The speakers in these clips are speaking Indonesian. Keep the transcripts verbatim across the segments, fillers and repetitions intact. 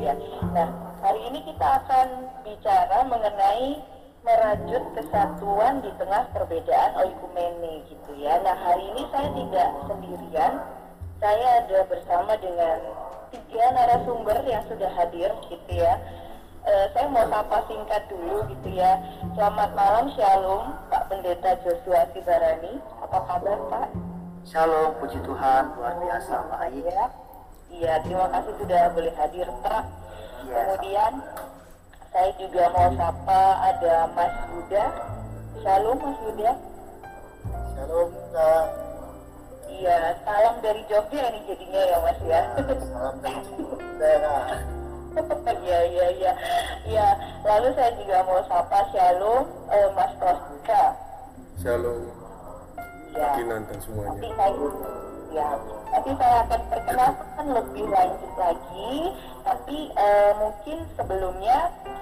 ya. Nah, hari ini kita akan bicara mengenai merajut kesatuan di tengah perbedaan oikumene gitu ya. Nah, hari ini saya tidak sendirian. Saya ada bersama dengan tiga narasumber yang sudah hadir gitu ya. Uh, saya mau sapa singkat dulu gitu ya. Selamat malam, Shalom, Pak Pendeta Joshua Sibarani. Apa kabar, Pak? Shalom, puji Tuhan, luar biasa baik. Ya. Iya, terima kasih sudah boleh hadir, Pak. Ya. Kemudian saya juga mau sapa ada Mas Yuda. Shalom, Mas Yuda. Shalom, Kak. Iya, salam dari Jogja ini jadinya ya, Mas ya. Salam dari Jogja. Iya, iya, iya. Ya, lalu saya juga mau sapa Shalom, eh, Mas Praska. Shalom. Ya. Kinantan semuanya. Nanti saya, ya, nanti saya akan perkenalkan lebih lanjut lagi. Tapi eh, mungkin sebelumnya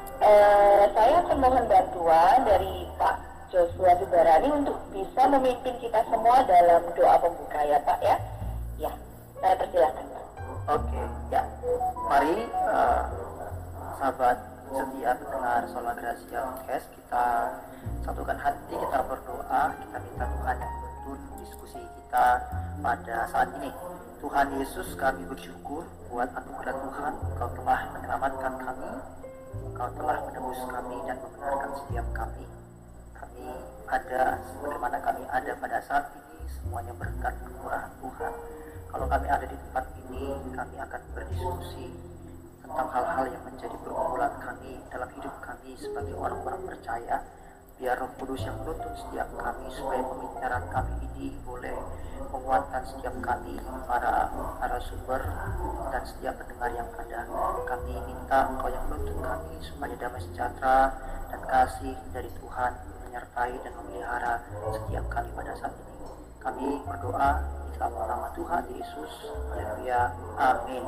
eh, saya akan mohon bantuan dari Pak Joshua Sibarani untuk bisa memimpin kita semua dalam doa pembuka ya, Pak ya. Ya, saya persilakan, Pak. Oke, ya. Mari uh, sahabat setia pendengar Sola Gracia Podcast, kita satukan hati, kita berdoa, kita minta Tuhan yang menuntun diskusi kita pada saat ini. Tuhan Yesus, kami bersyukur buat anugerah Tuhan. Engkau telah menyelamatkan kami, Engkau telah menebus kami dan membenarkan setiap kami. Kami ada sebagaimana kami ada pada saat ini, semuanya berkat kemurahan Tuhan. Kalau kami ada di tempat ini, kami akan berdiskusi tentang hal-hal yang menjadi pergumulan kami dalam hidup kami sebagai orang-orang percaya. Biar Roh Kudus yang menuntun setiap kami supaya pembicaraan kami ini boleh menguatkan setiap kami, para narasumber dan setiap pendengar yang ada. Kami minta Engkau yang menuntun kami supaya damai sejahtera dan kasih dari Tuhan menyertai dan memelihara setiap kami pada saat ini. Kami berdoa di dalam nama Tuhan Yesus. Haleluya. Amin.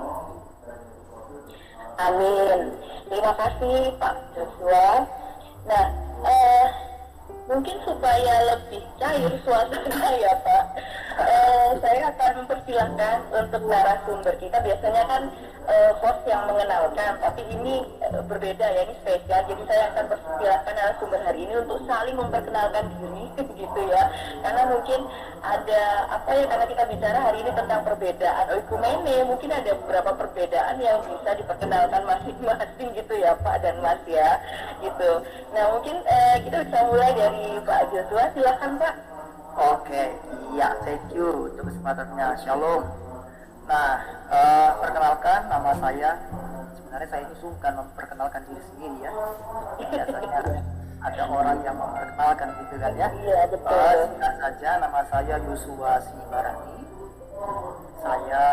Amin. Terima kasih Pak Joshua. Nah, eh, mungkin supaya lebih cair suasana ya Pak, eh, saya akan mempersilahkan untuk narasumber kita. Biasanya kan eh, host yang mengenalkan, tapi ini eh, berbeda ya, ini spesial. Jadi saya akan persilahkan narasumber hari ini untuk saling memperkenalkan diri gitu ya. Karena mungkin ada apa ya, karena kita bicara hari ini tentang perbedaan oikumene, mungkin ada beberapa perbedaan yang bisa diperkenalkan masing-masing gitu ya Pak dan Mas ya gitu. Nah mungkin eh, kita bisa mulai dari Pak Joshua, silakan Pak. Oke, iya, thank you untuk kesempatannya. Shalom. Nah, uh, perkenalkan, nama saya, sebenarnya saya itu sungkan memperkenalkan diri sendiri ya. Biasanya ada orang yang memperkenalkan gitu kan ya. Iya, betul. Uh, singkat saja, nama saya Joshua Sibarani. Saya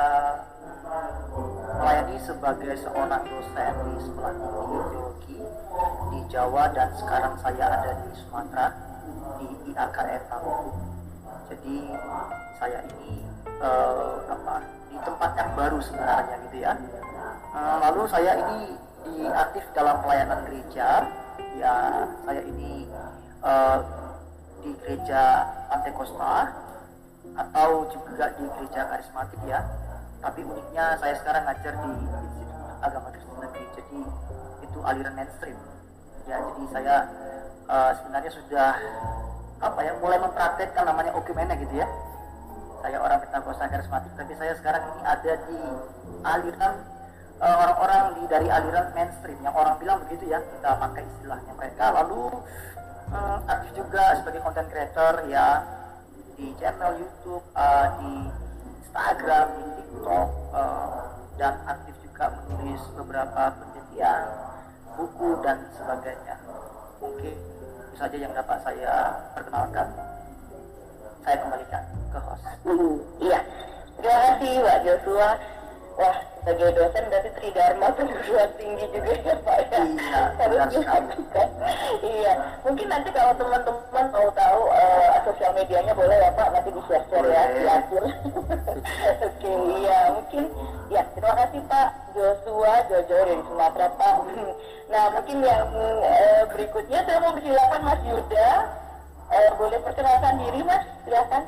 melayani sebagai seorang dosen di sekolah tinggi teologi di Jawa, dan sekarang saya ada di Sumatera di I A K R Palu. Jadi saya ini uh, apa di tempat yang baru sebenarnya gitu ya. Uh, lalu saya ini diaktif dalam pelayanan gereja. Ya, saya ini uh, di gereja Pantekosta atau juga di gereja karismatik ya. Tapi uniknya saya sekarang ngajar di Institut Agama Kristen Negeri, jadi itu aliran mainstream. Ya, jadi saya uh, sebenarnya sudah apa ya mulai mempraktekkan namanya oikumene gitu ya. Saya orang Pentakosta karismatik, tapi saya sekarang ini ada di aliran uh, orang-orang di dari aliran mainstream yang orang bilang begitu ya, kita pakai istilahnya mereka. Lalu uh, aktif juga sebagai content creator ya di channel YouTube, uh, di Instagram, di TikTok, uh, dan aktif juga menulis beberapa penelitian, buku dan sebagainya. Mungkin itu saja yang dapat saya perkenalkan. Saya kembalikan ke host. Hmm, iya, terima kasih Pak Joshua. Wah, sebagai dosen berarti tridharma perguruan tinggi juga ya Pak ya. Iya, harus dilakukan. Iya, mungkin nanti kalau teman-teman mau tahu uh, sosial medianya boleh ya Pak, nanti di share-share ya di akhir. Oke, iya mungkin ya, terima kasih Pak Joshua Jojo dari Sumatera Pak. Nah mungkin yang uh, berikutnya saya mau silakan Mas Yuda, uh, boleh perkenalkan diri Mas, silakan.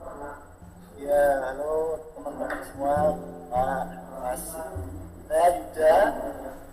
Ya, halo teman-teman semua, Pak, Mas. Saya Yuda,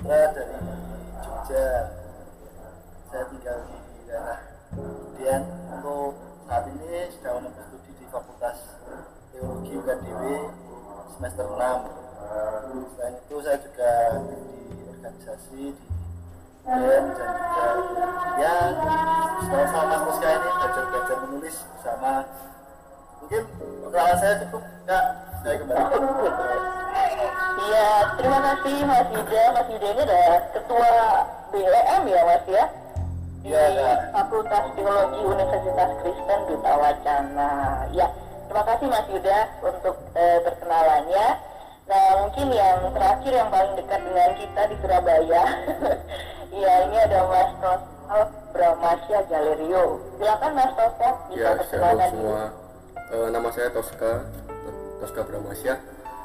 Putra dari Jogja. Saya tinggal di daerah. Kemudian untuk saat ini sedang menempuh studi di Fakultas Teologi U K D W semester enam. Selain itu saya juga di organisasi di band dan juga ya setelah sama Mas Muska ini belajar-belajar menulis bersama. Mungkin perkenalan saya cukup, Kak. Saya kembali. Iya, terima kasih Mas Yuda. Mas Yuda ini adalah ketua B E M ya Mas ya? Di Iya, Kak. Fakultas Teologi Universitas Kristen Duta Wacana. Ya, terima kasih Mas Yuda untuk eh, perkenalannya. Nah, mungkin yang terakhir yang paling dekat dengan kita di Surabaya. Iya, ini ada Mas Tosca Bramasya Galerio. Silakan Mas Tosca bisa Ya, perkenalan shalom dulu. semua. Eh, nama saya Tosca, Tosca Bramasya.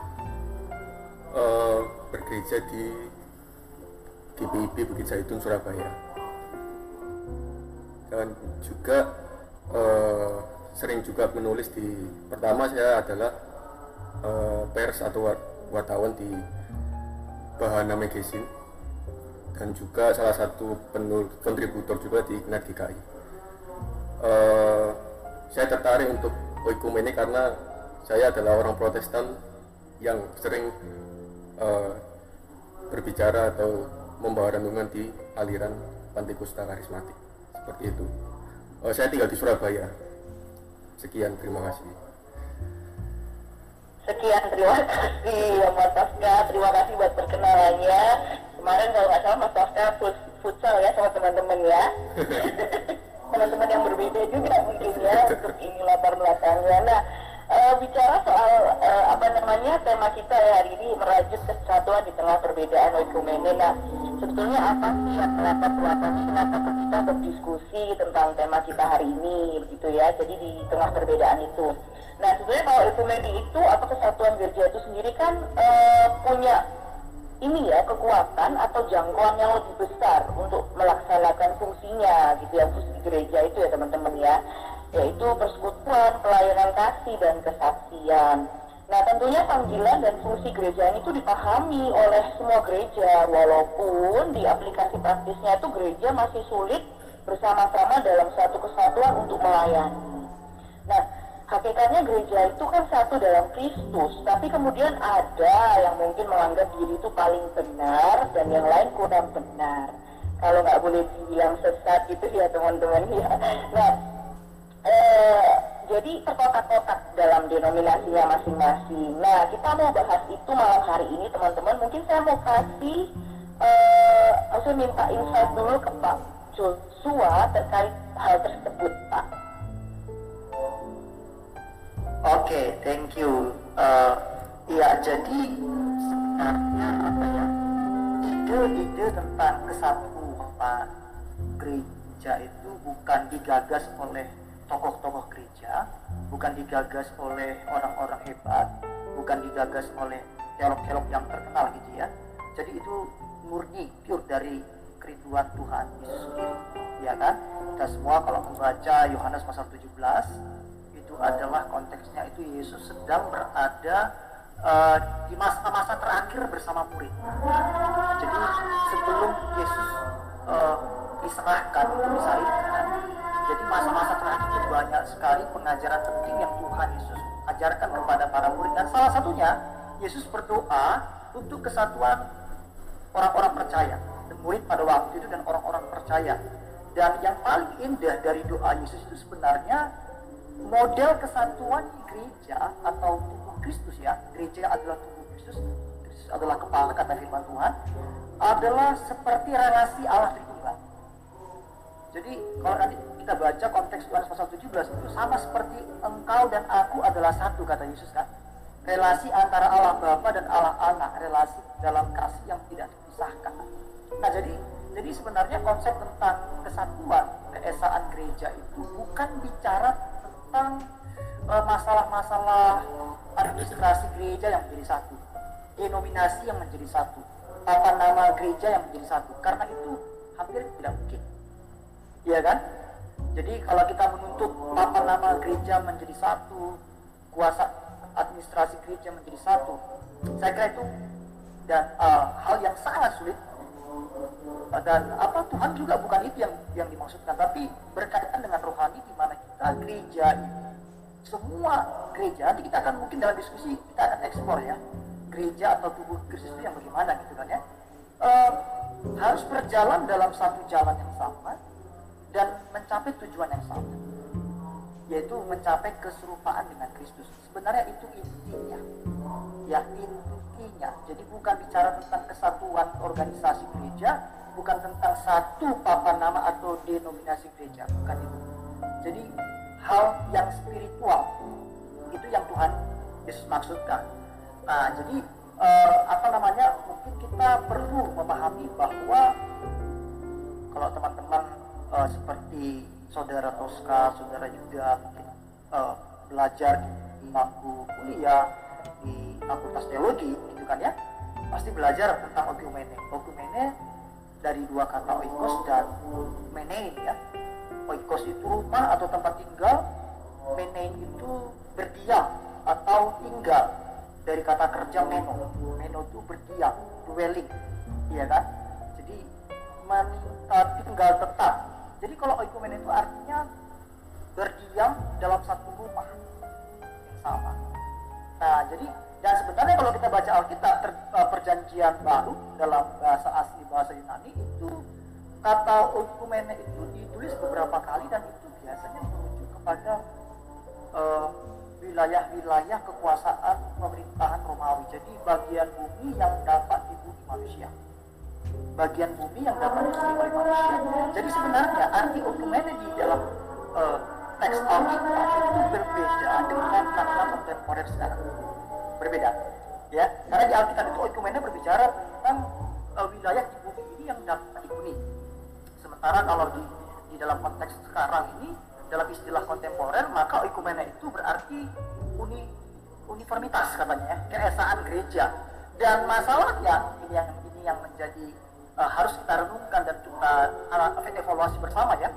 Eh, bergereja di G P I B Bukit Zaitun, Surabaya. Dan juga eh, sering juga menulis di, pertama saya adalah eh, pers atau wartawan di Bahana Magazine, dan juga salah satu penul kontributor juga di Ignite G K I. Uh, saya tertarik untuk oikumene karena saya adalah orang Protestan yang sering uh, berbicara atau membawa renungan di aliran Pantekusta Karismatik, seperti itu. Uh, saya tinggal di Surabaya. Sekian, terima kasih. Sekian, terima kasih ya Mas Tosca. Terima kasih buat perkenalannya. Kemarin kalau nggak salah Mas Tosca futsal ya sama teman-teman ya. Teman-teman yang berbeda juga mungkin ya untuk ini latar belakangnya. Nah, uh, bicara soal uh, apa namanya tema kita ya hari ini, merajut kesatuan di tengah perbedaan oikumene. Nah, sebetulnya apa sih yang melatar belakangnya kenapa kita berdiskusi tentang tema kita hari ini begitu ya. Jadi di tengah perbedaan itu. Nah, sebenarnya kalau oikumene itu atau kesatuan gereja itu sendiri kan uh, punya ini ya kekuatan atau jangkauan yang lebih besar untuk melaksanakan fungsinya gitu ya, fungsi gereja itu ya teman-teman ya, yaitu persekutuan, pelayanan kasih dan kesaksian. Nah, tentunya panggilan dan fungsi gereja ini itu dipahami oleh semua gereja, walaupun di aplikasi praktisnya itu gereja masih sulit bersama-sama dalam satu kesatuan untuk melayani. Nah, hakikatnya gereja itu kan satu dalam Kristus, tapi kemudian ada yang mungkin menganggap diri itu paling benar dan yang lain kurang benar. Kalau nggak boleh dibilang sesat gitu ya teman-teman ya. Nah, eh, jadi terkotak-kotak dalam denominasinya masing-masing. Nah, kita mau bahas itu malam hari ini teman-teman. Mungkin saya mau kasih, eh, saya minta insight dulu ke Pak Joshua terkait hal tersebut, Pak. Oke, okay, thank you. Uh, ya, jadi sebenarnya apa ya? Ide-ide tentang kesatuan gereja itu bukan digagas oleh tokoh-tokoh gereja, bukan digagas oleh orang-orang hebat, bukan digagas oleh teolog-teolog yang terkenal gitu ya. Jadi itu murni, pure dari kerinduan Tuhan Yesus sendiri, ya kan? Kita semua kalau membaca Yohanes pasal tujuh belas itu adalah konteksnya itu Yesus sedang berada uh, di masa-masa terakhir bersama murid. Jadi sebelum Yesus uh, diserahkan untuk disalibkan, jadi masa-masa terakhir itu banyak sekali pengajaran penting yang Tuhan Yesus ajarkan kepada para murid, dan salah satunya Yesus berdoa untuk kesatuan orang-orang percaya, dan murid pada waktu itu dan orang-orang percaya. Dan yang paling indah dari doa Yesus itu sebenarnya model kesatuan gereja atau tubuh Kristus ya. Gereja adalah tubuh Kristus, Kristus adalah kepala kata firman Tuhan, adalah seperti relasi Allah Tritunggal. Jadi kalau nanti kita baca konteks Yohanes pasal tujuh belas itu sama seperti engkau dan aku adalah satu kata Yesus kan. Relasi antara Allah Bapa dan Allah Anak, relasi dalam kasih yang tidak terpisahkan. Nah jadi jadi sebenarnya konsep tentang kesatuan, keesaan gereja itu bukan bicara tentang uh, masalah-masalah administrasi gereja yang menjadi satu, denominasi yang menjadi satu, tata nama gereja yang menjadi satu, karena itu hampir tidak mungkin, iya kan? Jadi kalau kita menuntut tata nama gereja menjadi satu, kuasa administrasi gereja menjadi satu, saya kira itu dan uh, hal yang sangat sulit Dan apa Tuhan juga bukan itu yang yang dimaksudkan, tapi berkaitan dengan rohani di mana kita gereja ini, semua gereja, nanti kita akan mungkin dalam diskusi kita akan eksplor ya, gereja atau tubuh Kristus itu yang bagaimana gitu kan ya, uh, harus berjalan dalam satu jalan yang sama dan mencapai tujuan yang sama, yaitu mencapai keserupaan dengan Kristus. Sebenarnya itu intinya, ya intinya. Jadi bukan bicara tentang kesatuan organisasi gereja, bukan tentang satu papan nama atau denominasi gereja, bukan itu. Jadi hal yang spiritual itu yang Tuhan Yesus maksudkan. Nah, jadi eh, apa namanya? Mungkin kita perlu memahami bahwa kalau teman-teman eh, seperti saudara Tosca, saudara Yuda mungkin eh, belajar di bangku kuliah di Fakultas Teologi, gitu kan ya, pasti belajar tentang oikumene. Oikumene dari dua kata oikos dan menein ya. Oikos itu rumah atau tempat tinggal, menein itu berdiam atau tinggal, dari kata kerja meno. Meno itu berdiam, dwelling, iya kan? Jadi meminta tinggal tetap. Jadi kalau oikumene itu artinya berdiam dalam satu rumah yang sama. Nah, jadi dan sebenarnya kalau kita baca Alkitab ter, uh, perjanjian baru dalam bahasa asli bahasa Yunani itu kata oikumene itu ditulis beberapa kali dan itu biasanya merujuk kepada uh, wilayah-wilayah kekuasaan pemerintahan Romawi. Jadi bagian bumi yang dapat dihuni manusia. Bagian bumi yang dapat dihuni oleh manusia. Jadi sebenarnya arti oikumene di dalam uh, teks Alkitab itu berbeda dengan kata kontemporer sekarang. Berbeda, ya. Karena di Alkitab itu oikumene berbicara tentang uh, wilayah di bumi ini yang dapat dihuni. Sementara kalau di di dalam konteks sekarang ini, dalam istilah kontemporer, maka oikumene itu berarti uni uniformitas katanya ya, keesaan gereja. Dan masalahnya ini yang ini yang menjadi uh, harus kita renungkan dan kita uh, evaluasi bersama ya.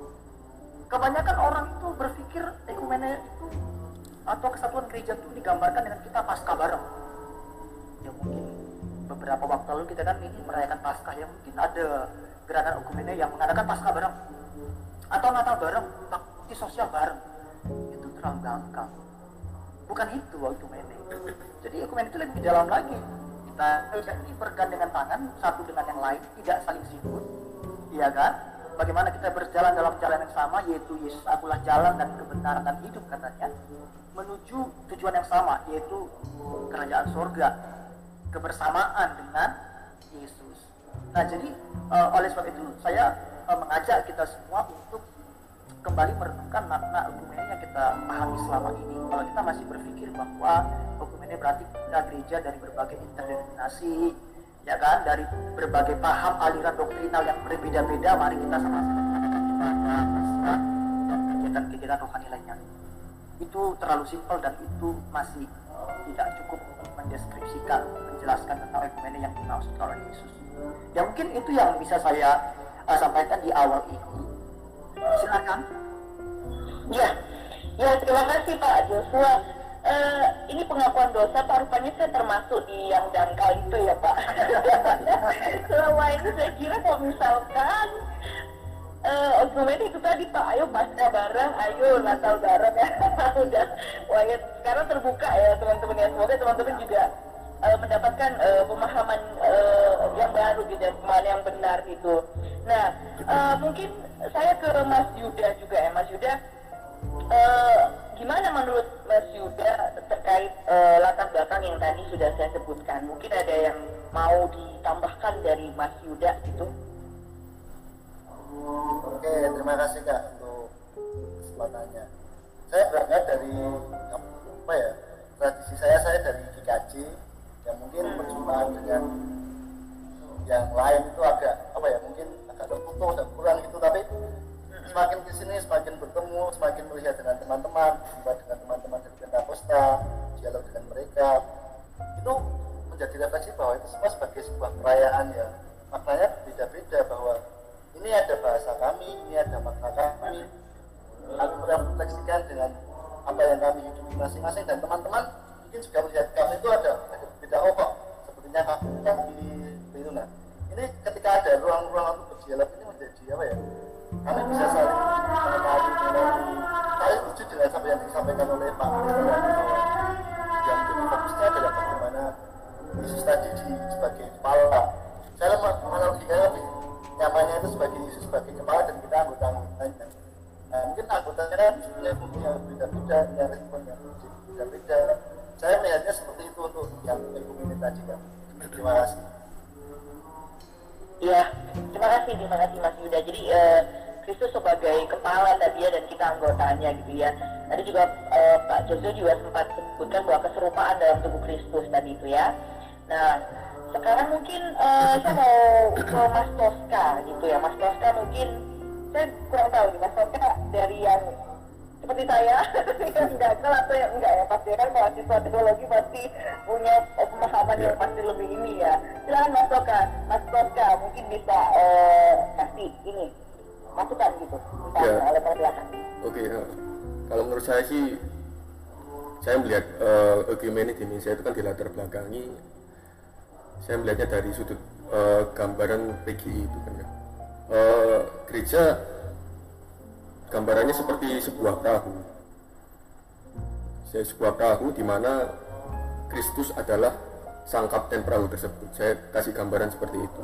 Kebanyakan orang itu berpikir ekumene itu atau kesatuan gereja itu digambarkan dengan kita Paskah bareng. Ya mungkin beberapa waktu lalu kita kan ini merayakan Paskah, ya mungkin ada gerakan ekumene yang mengadakan Paskah bareng atau Natal bareng, bakti sosial bareng. Itu terlalu dangkal. Bukan itu ekumene. Jadi ekumene itu lebih dalam lagi. Kita ini bergandengan tangan satu dengan yang lain, tidak saling sibuk, iya kan? Bagaimana kita berjalan dalam jalan yang sama, yaitu Yesus akulah jalan dan kebenaran dan hidup katanya, menuju tujuan yang sama, yaitu kerajaan surga, kebersamaan dengan Yesus. Nah jadi uh, oleh sebab itu saya uh, mengajak kita semua untuk kembali merenungkan makna ekumene yang kita pahami selama ini. Kalau kita masih berpikir bahwa ekumene berarti kita gereja dari berbagai interdenominasi, ya kan, dari berbagai paham aliran doktrinal yang berbeda-beda, mari kita sama-sama mengadakan ibadah, dan kegiatan-kegiatan rohani lainnya. Itu terlalu simpel dan itu masih tidak cukup mendeskripsikan, menjelaskan tentang ekumene yang dimaksud oleh Yesus. Ya mungkin itu yang bisa saya uh, sampaikan di awal ini. Silakan. Ya, ya terima kasih Pak Joshua. Uh, ini pengakuan dosa, Pak, rupanya saya termasuk di yang dangkal itu ya Pak. Selama ini saya kira kalau misalkan uh, ekumene itu tadi Pak, ayo Paskah bareng, ayo Natal bareng ya. Udah, wah ya sekarang terbuka ya teman-teman ya. Semoga teman-teman juga uh, mendapatkan uh, pemahaman uh, yang baru gitu, pemahaman yang benar gitu. Nah, uh, mungkin saya ke Mas Yuda juga ya, Mas Yuda. Uh, gimana menurut Mas Yuda terkait uh, latar belakang yang tadi sudah saya sebutkan? Mungkin ada yang mau ditambahkan dari Mas Yuda gitu? Oke, terima kasih Kak untuk kesempatannya. Saya berangkat dari apa ya, tradisi saya saya dari G K J yang mungkin perjumpaan dengan yang lain itu agak apa ya, mungkin agak tertutup dan kurang gitu, tapi semakin kesini semakin bertemu, semakin melihat dengan teman-teman, jumpa dengan teman-teman dari Pentakosta, dialog dengan mereka, itu menjadi refleksi bahwa itu semua sebagai sebuah perayaan ya, maknanya berbeda-beda, bahwa ini ada bahasa kami, ini ada makna kami, kami merefleksikan dengan apa yang kami hidupi masing-masing, dan teman-teman mungkin juga melihat kami itu ada ada berbeda. Oh kok sepertinya kami di itu nah ini ketika ada ruang-ruang untuk berdialog ini menjadi apa ya, kami bisa saling mengenali mengenali. Saya setuju dengan apa yang disampaikan oleh Pak Pendeta bahwa yang menjadi fokusnya adalah bagaimana Yesus tadi di, sebagai kepala. Saya menganalogikan lebih nyamannya itu sebagai Yesus sebagai kepala dan kita anggota-anggotanya. Nah, mungkin anggotanya kan punya fungsi yang berbeda-beda, punya respon yang berbeda-beda. Saya melihatnya seperti itu untuk yang ekonomi tadi kan. Terima kasih. Ya, terima kasih, terima kasih Mas Yuda. Jadi eh, Kristus sebagai kepala tadi ya dan kita anggotanya gitu ya. Tadi juga eh, Pak Joshua juga sempat sebutkan bahwa keserupaan dalam tubuh Kristus tadi itu ya. Nah, sekarang mungkin uh, saya mau ke Mas Tosca gitu ya. Mas Tosca mungkin saya kurang tahu nih Mas Tosca dari yang seperti saya yang gagal atau yang enggak ya, pasti kan mahasiswa teologi pasti punya pemahaman yang pasti lebih ini ya. Silakan Mas Tosca, Mas Tosca mungkin bisa uh, kasih ini masukan gitu misalnya ya. oleh penjelasan. Oke, uh, kalau menurut saya sih saya melihat uh, ekumene di Indonesia itu kan dilatar belakangi, saya melihatnya dari sudut uh, gambaran P G I itu kan ya. Uh, gereja gambarannya seperti sebuah perahu. Saya sebuah perahu di mana Kristus adalah sang kapten perahu tersebut. Saya kasih gambaran seperti itu.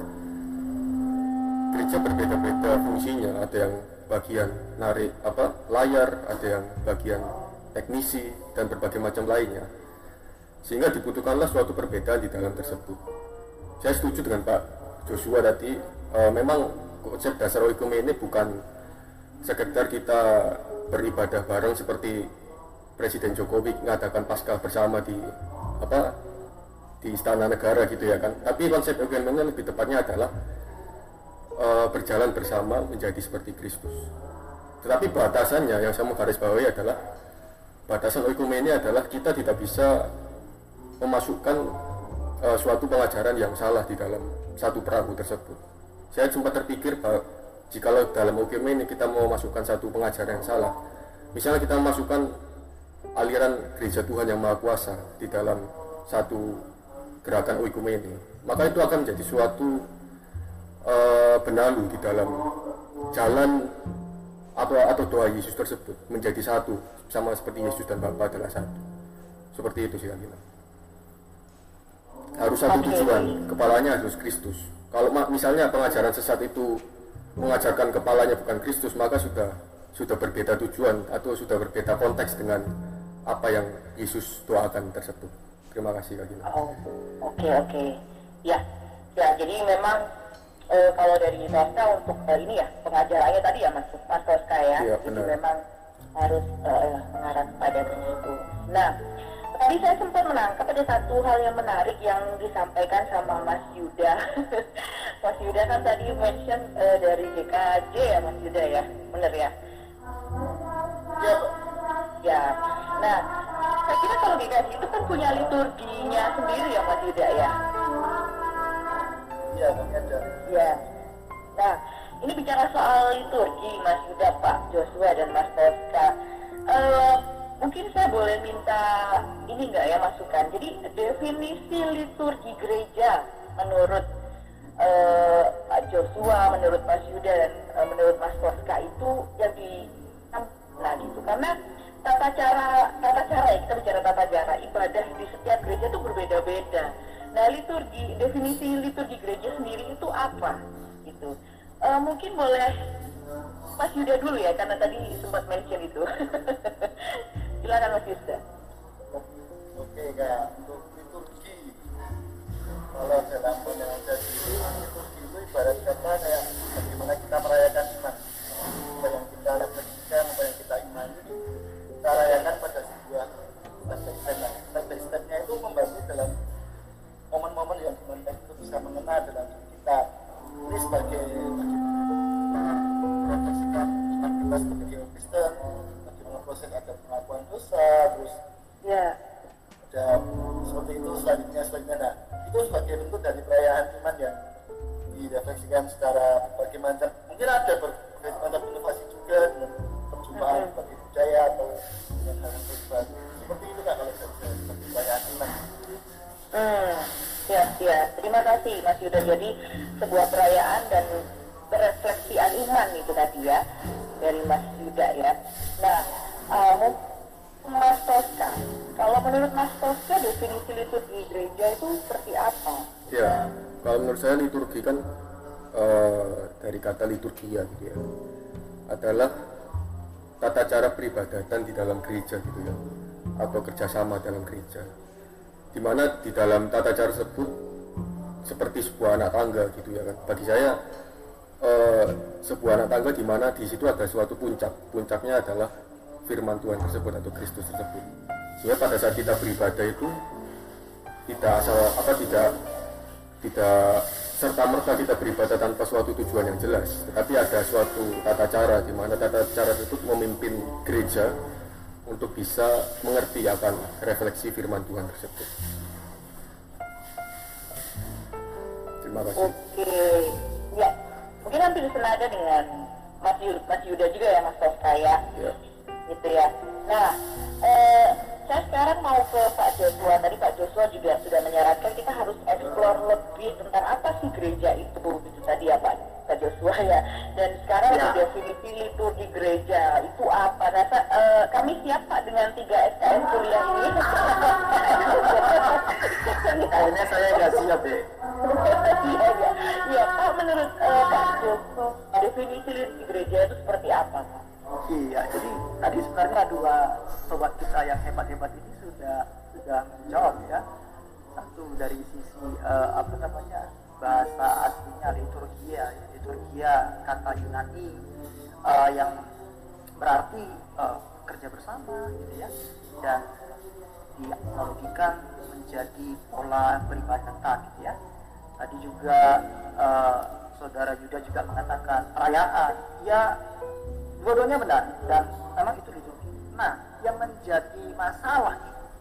Gereja berbeda-beda fungsinya, ada yang bagian narik apa layar, ada yang bagian teknisi dan berbagai macam lainnya. Sehingga dibutuhkanlah suatu perbedaan di dalam tersebut. Saya setuju dengan Pak Joshua tadi, e, memang konsep dasar oikumene bukan sekedar kita beribadah bareng seperti Presiden Jokowi mengadakan Paskah bersama di apa di Istana Negara gitu ya kan. Tapi konsep oikumene lebih tepatnya adalah e, berjalan bersama menjadi seperti Kristus. Tetapi batasannya yang saya mau garis bawahi adalah batasan oikumene adalah kita tidak bisa memasukkan uh, suatu pengajaran yang salah di dalam satu perahu tersebut. Saya sempat terpikir bahwa jikalau dalam oikumene kita mau masukkan satu pengajaran yang salah, misalnya kita memasukkan aliran gereja Tuhan yang Maha Kuasa di dalam satu gerakan oikumene, maka itu akan menjadi suatu uh, benalu di dalam jalan atau atau doa Yesus tersebut menjadi satu, sama seperti Yesus dan Bapa adalah satu. Seperti itu sih kan. Harus satu tujuan, kepalanya harus Kristus. Kalau misalnya pengajaran sesat itu mengajarkan kepalanya bukan Kristus, maka sudah sudah berbeda tujuan atau sudah berbeda konteks dengan apa yang Yesus doakan tersebut. Terima kasih Kak Gina. Oh, oke okay, oke. Okay. Ya, ya jadi memang e, kalau dari Tosca untuk e, ini ya pengajarannya tadi ya Mas Mas Tosca ya, ya jadi memang harus e, mengarah kepada Kristus. Nah, tadi saya sempat menangkap ada satu hal yang menarik yang disampaikan sama Mas Yuda. Mas Yuda kan tadi mention uh, dari G K J ya Mas Yuda ya, bener ya? Ya, ya. Nah, saya kira kalau G K J itu kan punya liturginya sendiri ya Mas Yuda ya? Iya, ada. Ya. Nah, ini bicara soal liturgi Mas Yuda, Pak Joshua dan Mas Tosca. Uh, Mungkin saya boleh minta ini enggak ya masukan. Jadi definisi liturgi gereja menurut uh, Pak Joshua, menurut Mas Yuda dan uh, menurut Mas Tosca itu yang di nah gitu. Karena tata cara tata cara ya, kita bicara tata cara ibadah di setiap gereja itu berbeda-beda. Nah, liturgi, definisi liturgi gereja sendiri itu apa? Gitu. Uh, mungkin boleh Mas Yuda dulu ya, karena tadi sempat mention itu. Silakan Mas Yuda. Oke Kak, untuk liturgi, kalau dalam pandangan saya sendiri, liturgi itu ibarat kata kayak bagaimana kita merayakan iman, apa yang kita refleksikan, apa yang kita imani, kita rayakan pada sebuah step-step. Nah, step-stepnya itu membantu dalam momen-momen yang dimana kita bisa mengenal dalam diri kita. Ini sebagai refleksikan iman kita sebagai Kristen, bagaimana proses ada pengakuan dosa, terus ya ada seperti itu selanjutnya selanjutnya. Nah, itu sebagai bentuk dari perayaan iman yang direfleksikan secara berbagai macam. Mungkin ada berbagai macam inovasi juga dengan perjumpaan hmm. sebagai budaya atau dengan hal yang berbeda. Seperti itu kan kalau saya sebagai perayaan iman. Hmm, ya. Ya, terima kasih Mas Yuda. Jadi sebuah perayaan dan berefleksian iman itu tadi ya dari Mas Yuda ya. Nah, uh, Mas Tosca, kalau menurut Mas Tosca definisi liturgi gereja itu seperti apa? Ya, kalau menurut saya liturgi kan uh, dari kata liturgia gitu ya, adalah tata cara peribadatan di dalam gereja gitu ya, atau kerjasama dalam gereja, dimana di dalam tata cara tersebut seperti sebuah anak tangga gitu ya kan. Bagi saya uh, sebuah anak tangga dimana di situ ada suatu puncak, puncaknya adalah firman Tuhan tersebut atau Kristus tersebut. Sehingga pada saat kita beribadah itu tidak asal apa tidak tidak serta merta kita beribadah tanpa suatu tujuan yang jelas, tetapi ada suatu tata cara di mana tata cara tersebut memimpin gereja untuk bisa mengerti akan refleksi firman Tuhan tersebut. Terima kasih. Oke, ya mungkin hampir senada dengan Mas Yuda, Mas Yuda juga ya Mas Tosca ya. Ya. Gitu ya. Nah, eh, saya sekarang mau ke Pak Joshua. Tadi Pak Joshua juga sudah menyarankan kita harus explore lebih tentang apa sih gereja itu, gitu tadi ya Pak, Pak Joshua ya. Dan sekarang Ya. definisi liturgi gereja itu apa? Nah, sa- eh, kami siap Pak dengan tiga S K S kuliah ini. Kayaknya saya nggak siap deh. Iya, iya. Iya, Pak, menurut eh, Pak Joshua, definisi liturgi gereja itu seperti apa Pak? Iya, jadi tadi sebenarnya dua sobat kita yang hebat-hebat ini sudah sudah menjawab ya. Satu dari sisi eh, apa namanya bahasa aslinya liturgia, ya, liturgia kata Yunani eh, yang berarti eh, kerja bersama gitu ya, dan dianalogikan menjadi pola peribadatan gitu ya. Tadi juga eh, saudara Yuda juga mengatakan perayaan, ya dua-duanya benar dan memang itu liturgi. Nah, yang menjadi masalah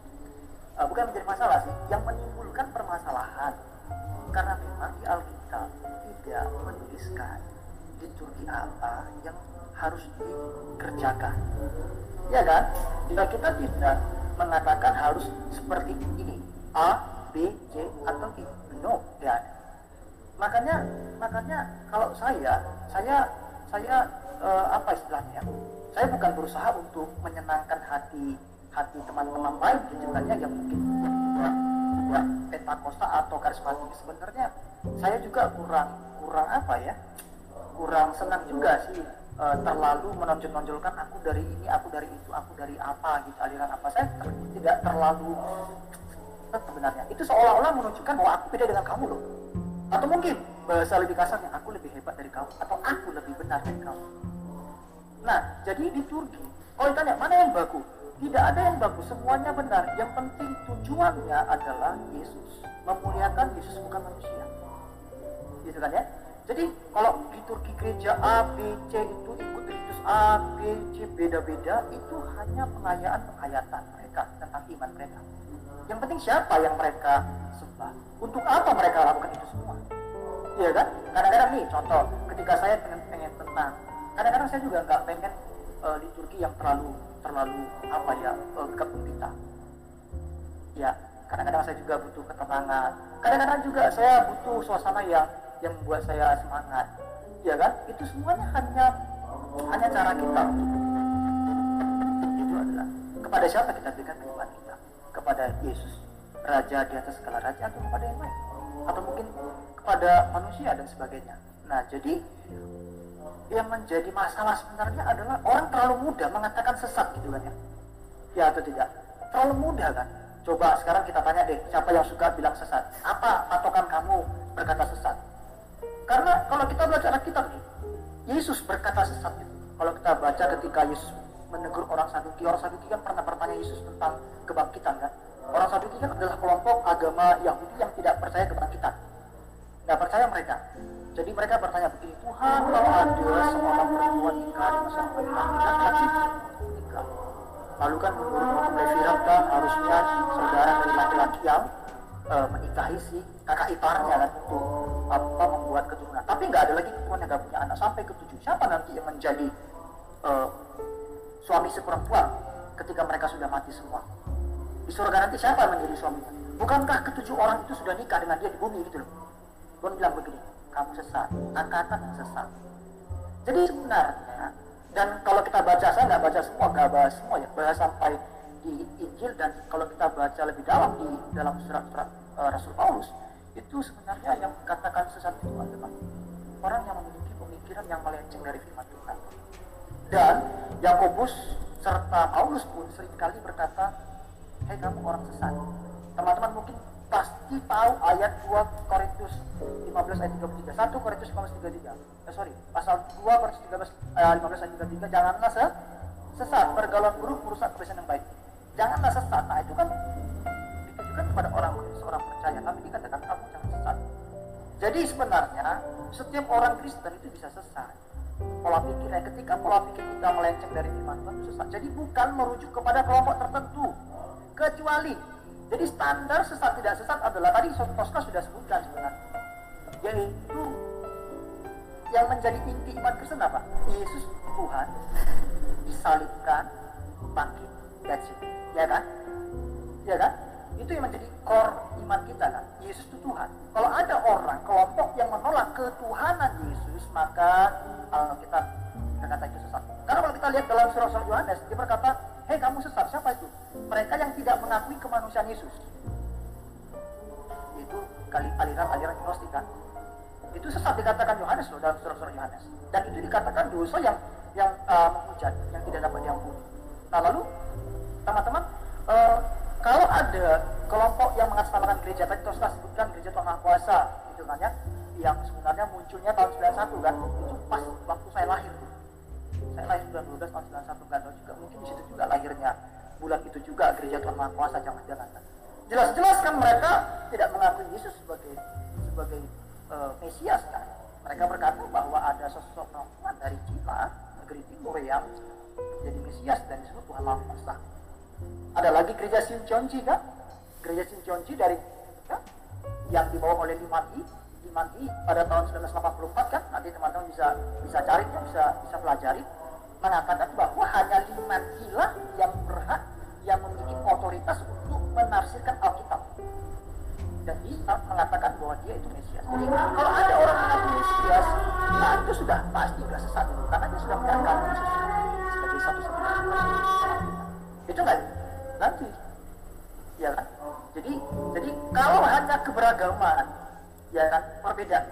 uh, bukan menjadi masalah sih, yang menimbulkan permasalahan karena memang di Alkitab tidak menuliskan liturgi apa yang harus dikerjakan, ya kan? Jika kita tidak mengatakan harus seperti ini A, B, C atau I, no, tidak ada. Makanya, makanya kalau saya, saya, saya Uh, apa istilahnya? Saya bukan berusaha untuk menyenangkan hati hati teman-teman lain ceritanya yang mungkin ya, Pentakosta atau karismatik. Sebenarnya saya juga kurang kurang apa ya? Kurang senang juga sih uh, terlalu menonjol-nonjolkan aku dari ini, aku dari itu, aku dari apa gitu, aliran apa. Saya ter- tidak terlalu sebenarnya. Itu seolah-olah menunjukkan bahwa aku beda dengan kamu loh. Atau mungkin bahasa lebih kasarnya, aku lebih hebat dari kamu atau aku lebih benar dari kamu. Nah, jadi liturgi, kalau ditanya mana yang bagus, tidak ada yang bagus, semuanya benar. Yang penting tujuannya adalah Yesus, memuliakan Yesus bukan manusia, gitu kan ya. Jadi kalau liturgi gereja A, B, C itu ikut ritus A, B, C beda-beda, itu hanya pengayaan-penghayatan mereka tentang iman mereka. Yang penting siapa yang mereka sembah, untuk apa mereka lakukan itu semua, iya kan? Kadang-kadang nih contoh, ketika saya pengen, pengen tenang, kadang-kadang saya juga nggak pengen uh, liturgi yang terlalu terlalu apa ya uh, kepemita. Ya, kadang-kadang saya juga butuh ketenangan. Kadang-kadang juga saya butuh suasana yang yang membuat saya semangat. Ya kan? Itu semuanya hanya hanya cara kita untuk itu adalah kepada siapa kita berikan kehidupan kita, kepada Yesus, Raja di atas segala raja, atau kepada yang lain, atau mungkin kepada manusia dan sebagainya. Nah, jadi yang menjadi masalah sebenarnya adalah orang terlalu mudah mengatakan sesat gitu kan ya. Ya atau tidak? Terlalu mudah kan? Coba sekarang kita tanya deh, siapa yang suka bilang sesat? Apa patokan kamu berkata sesat? Karena kalau kita baca Alkitab nih, Yesus berkata sesat gitu. Kalau kita baca ketika Yesus menegur orang Saduki, orang Saduki kan pernah bertanya Yesus tentang kebangkitan kan? Orang Saduki kan adalah kelompok agama Yahudi yang tidak percaya kebangkitan. Nggak percaya mereka. Jadi mereka bertanya begini, Tuhan, kalau ada seorang perempuan nikah di masa kebangkitan, wajib nikah. Lalu kan menurut hukum Levirat kan harusnya saudara dari laki-laki yang e, menikahi si kakak iparnya kan untuk apa membuat keturunan. Tapi nggak ada lagi keturunan yang nggak punya anak sampai ketujuh. Siapa nanti yang menjadi e, suami si perempuan ketika mereka sudah mati semua? Di surga nanti siapa yang menjadi suaminya? bukankah ketujuh orang itu sudah nikah dengan dia di bumi gitu loh. Tuhan bilang begini, kamu sesat, angkatan yang sesat. Jadi sebenarnya, dan kalau kita baca, saya nggak baca semua, nggak bahas semua ya, bahas sampai di Injil, dan kalau kita baca lebih dalam di dalam surat-surat uh, Rasul Paulus, itu sebenarnya yang dikatakan sesat itu adalah orang yang memiliki pemikiran yang melenceng dari firman Tuhan. Dan Yakobus serta Paulus pun seringkali berkata, hei kamu orang sesat. Teman-teman mungkin pasti tahu ayat dua Korintus lima belas ayat tiga puluh tiga. satu Korintus lima belas tiga puluh tiga. Eh sorry, pasal dua Korintus tiga belas, eh, lima belas ayat tiga puluh tiga. Janganlah se- sesat, pergaulan buruk merusak kebiasaan yang baik. Janganlah sesat. Nah itu kan ditujukan kepada orang seorang percaya, tapi dikatakan kamu jangan sesat. Jadi sebenarnya setiap orang Kristen itu bisa sesat. Pola pikirnya, ketika pola pikir kita melenceng dari firman Tuhan itu sesat. Jadi bukan merujuk kepada kelompok tertentu, kecuali jadi standar sesat tidak sesat adalah tadi Tosca sudah sebutkan sebenarnya, yaitu yang menjadi inti iman Kristen apa? Yesus Tuhan, disalibkan, bangkit, that's it, ya kan? Ya kan? Itu yang menjadi core iman kita kan? Yesus itu Tuhan. Kalau ada orang, kelompok yang menolak ketuhanan Yesus, maka Alkitab berkata itu sesat. Karena kalau kita lihat dalam surat-surat Yohanes, dia berkata, hei kamu sesat, siapa itu? Mereka yang tidak mengakui kemanusiaan Yesus. Itu kali aliran-aliran Gnostik kan? Itu sesat dikatakan Yohanes loh dalam surat-surat Yohanes. Dan itu dikatakan dosa yang yang uh, menghujat, yang tidak dapat diampuni. Nah lalu teman-teman, uh, kalau ada kelompok yang mengatasnamakan gereja, tadi Tosca sebutkan gereja Tuhan Maha Kuasa, gitu kan ya, yang sebenarnya munculnya tahun sembilan puluh satu kan, itu pas waktu saya lahir tuh. Saya lahir bulan dua belas tahun sembilan puluh satu kan, juga mungkin di situ juga lahirnya bulan itu juga gereja Tuhan Maha Kuasa, jangan-jangan kan. Jelas-jelas kan mereka tidak mengakui Yesus sebagai sebagai uh, Mesias kan. Mereka berkata bahwa ada sosok perempuan dari Cina, negeri timur yang menjadi Mesias dan disebut Tuhan Maha Kuasa. Ada lagi gereja Shincheonji kan, gereja Shincheonji dari ya, yang dibawa oleh Liman I, Liman I pada tahun seribu sembilan ratus delapan puluh empat kan, nanti teman-teman bisa bisa cari, ya, bisa bisa pelajari, mengatakan bahwa hanya Liman I lah yang berhak, yang memiliki otoritas untuk menafsirkan Alkitab. Dan dia mengatakan bahwa dia itu Mesias. Jadi kalau ada orang mengaku Mesias, nah itu sudah pasti sudah sesat dulu, karena dia sudah menyatakan Yesus sebagai satu-satunya Tuhan. Itu enggak nanti, ya kan? Jadi, jadi kalau hanya keberagaman, ya kan, perbedaan,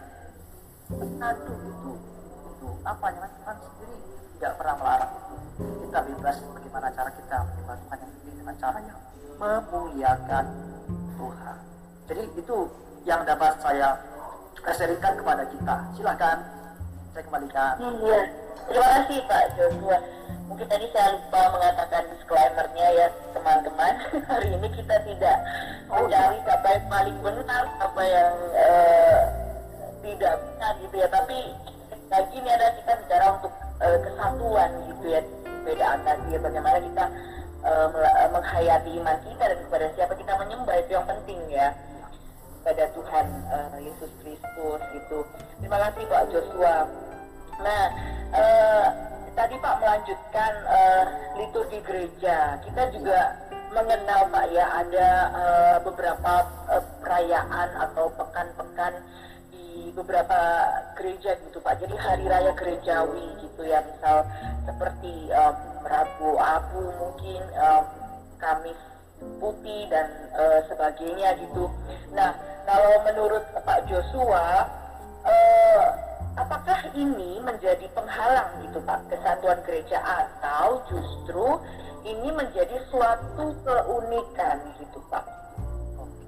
aduh itu, itu apa namanya, Tuhan sendiri tidak pernah melarang itu. Kita bebas bagaimana cara kita menyembah Tuhan yang sendiri dengan cara yang memuliakan Tuhan. Jadi itu yang dapat saya sharingkan kepada kita. Silahkan saya kembalikan. Hmm, ya. Terima kasih Pak Joshua. Mungkin tadi saya lupa mengatakan disclaimer-nya ya teman-teman. Hari ini kita tidak mencari siapa yang paling benar, apa yang uh, tidak benar gitu ya. Tapi lagi ini adalah kita bicara untuk uh, kesatuan gitu ya. Perbedaan tadi ya, bagaimana kita uh, menghayati iman kita dan kepada siapa kita menyembah, itu yang penting ya. Pada Tuhan uh, Yesus Kristus gitu. Terima kasih Pak Joshua. Nah, uh, tadi Pak melanjutkan uh, liturgi gereja. Kita juga mengenal Pak ya, ada uh, beberapa uh, perayaan atau pekan-pekan di beberapa gereja gitu Pak. Jadi hari raya gerejawi gitu ya, misal seperti um, Rabu Abu mungkin, um, Kamis Putih dan uh, sebagainya gitu. Nah, kalau menurut Pak Joshua, uh, apakah ini menjadi penghalang gitu Pak kesatuan gereja, atau justru ini menjadi suatu keunikan gitu Pak? Oke.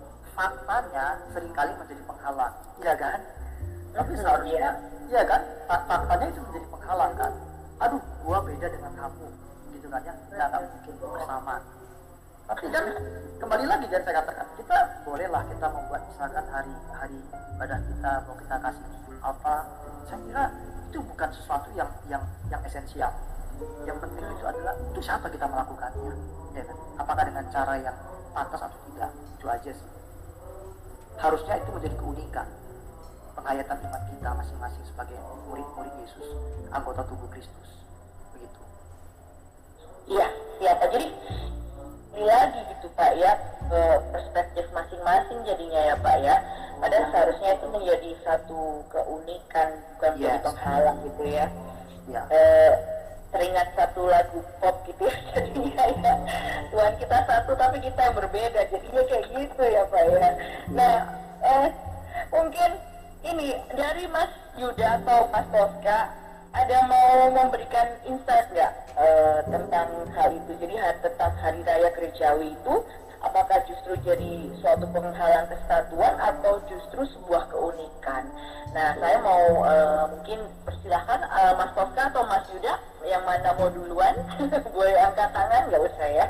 Faktanya seringkali menjadi penghalang, ya kan? Tapi seharusnya, ya kan? Faktanya itu menjadi penghalang kan? Aduh, gua beda dengan kamu, gitu kan ya? Nggak mungkin bersama. Tapi kan kembali lagi dan saya katakan, kita bolehlah kita membuat misalkan hari hari ibadah kita, mau kita kasih apa, saya kira itu bukan sesuatu yang yang yang esensial. Yang penting itu adalah untuk siapa kita melakukannya, ya kan? Apakah dengan cara yang pantas atau tidak, itu aja sih. Harusnya itu menjadi keunikan penghayatan iman kita masing-masing sebagai murid-murid Yesus, anggota tubuh Kristus, begitu. Iya, iya Pak. Jadi lagi gitu Pak ya, perspektif jadinya ya Pak ya. Padahal seharusnya itu menjadi satu keunikan, bukan menjadi Yes. penghalang gitu ya. Ya. Eh, teringat satu lagu pop gitu ya, jadinya ya Tuhan kita satu tapi kita yang berbeda, jadinya kayak gitu ya Pak ya. Nah, eh, mungkin ini dari Mas Yuda atau Mas Tosca ada mau memberikan insight nggak eh, tentang hal itu? Jadi ha- tentang Hari Raya Gerejawi itu apakah justru jadi suatu penghalang kesatuan atau justru sebuah keunikan? Nah, saya mau eh, mungkin persilahkan eh, Mas Tosca atau Mas Yuda, yang mana mau duluan? Boleh angkat tangan, nggak usah ya.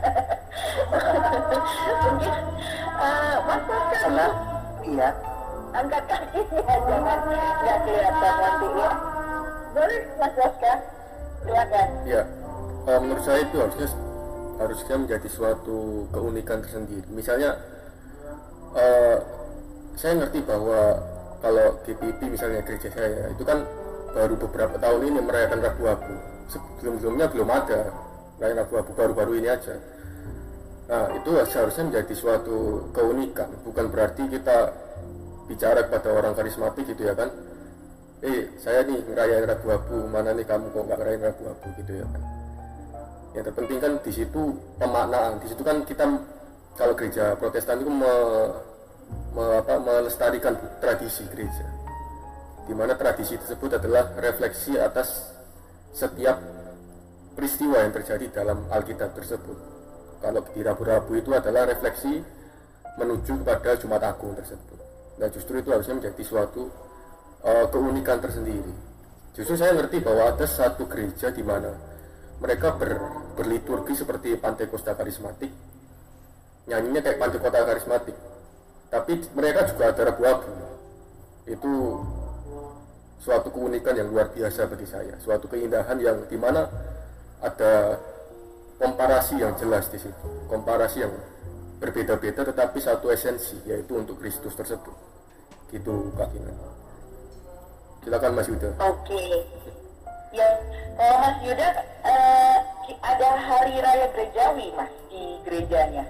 Mungkin eh, Mas Tosca Karena dulu, iya, angkat kakinya, jangan nggak kelihatan nanti ya. Boleh Mas Tosca, silakan. Ya, eh, menurut saya itu harusnya harusnya menjadi suatu keunikan tersendiri. Misalnya, eh, saya ngerti bahwa kalau G P I P misalnya gereja saya itu kan baru beberapa tahun ini merayakan Rabu Abu. Sebelum-sebelumnya belum ada merayakan Rabu Abu, baru-baru ini aja. Nah, itu seharusnya menjadi suatu keunikan. Bukan berarti kita bicara kepada orang karismatik gitu ya kan. Eh, saya nih ngerayain Rabu Abu, mana nih kamu kok nggak ngerayain Rabu Abu gitu ya kan. Yang terpenting kan di situ pemaknaan. Di situ kan kita kalau gereja Protestan itu me, me, apa, melestarikan tradisi gereja. Di mana tradisi tersebut adalah refleksi atas setiap peristiwa yang terjadi dalam Alkitab tersebut. Kalau di Rabu-Rabu itu adalah refleksi menuju kepada Jumat Agung tersebut. Nah, justru itu harusnya menjadi suatu uh, keunikan tersendiri. Justru saya ngerti bahwa ada satu gereja di mana mereka ber, berliturgi seperti Pantekosta karismatik, nyanyinya kayak Pantekosta karismatik, tapi mereka juga ada Rabu Abu. Itu suatu keunikan yang luar biasa bagi saya, suatu keindahan yang dimana ada komparasi yang jelas di situ, komparasi yang berbeda-beda tetapi satu esensi, yaitu untuk Kristus tersebut. Gitu Kak Tina. Silakan Mas Yuda. Oke. Ya, kalau Mas Yuda eh, ada hari raya gerejawi Mas di gerejanya.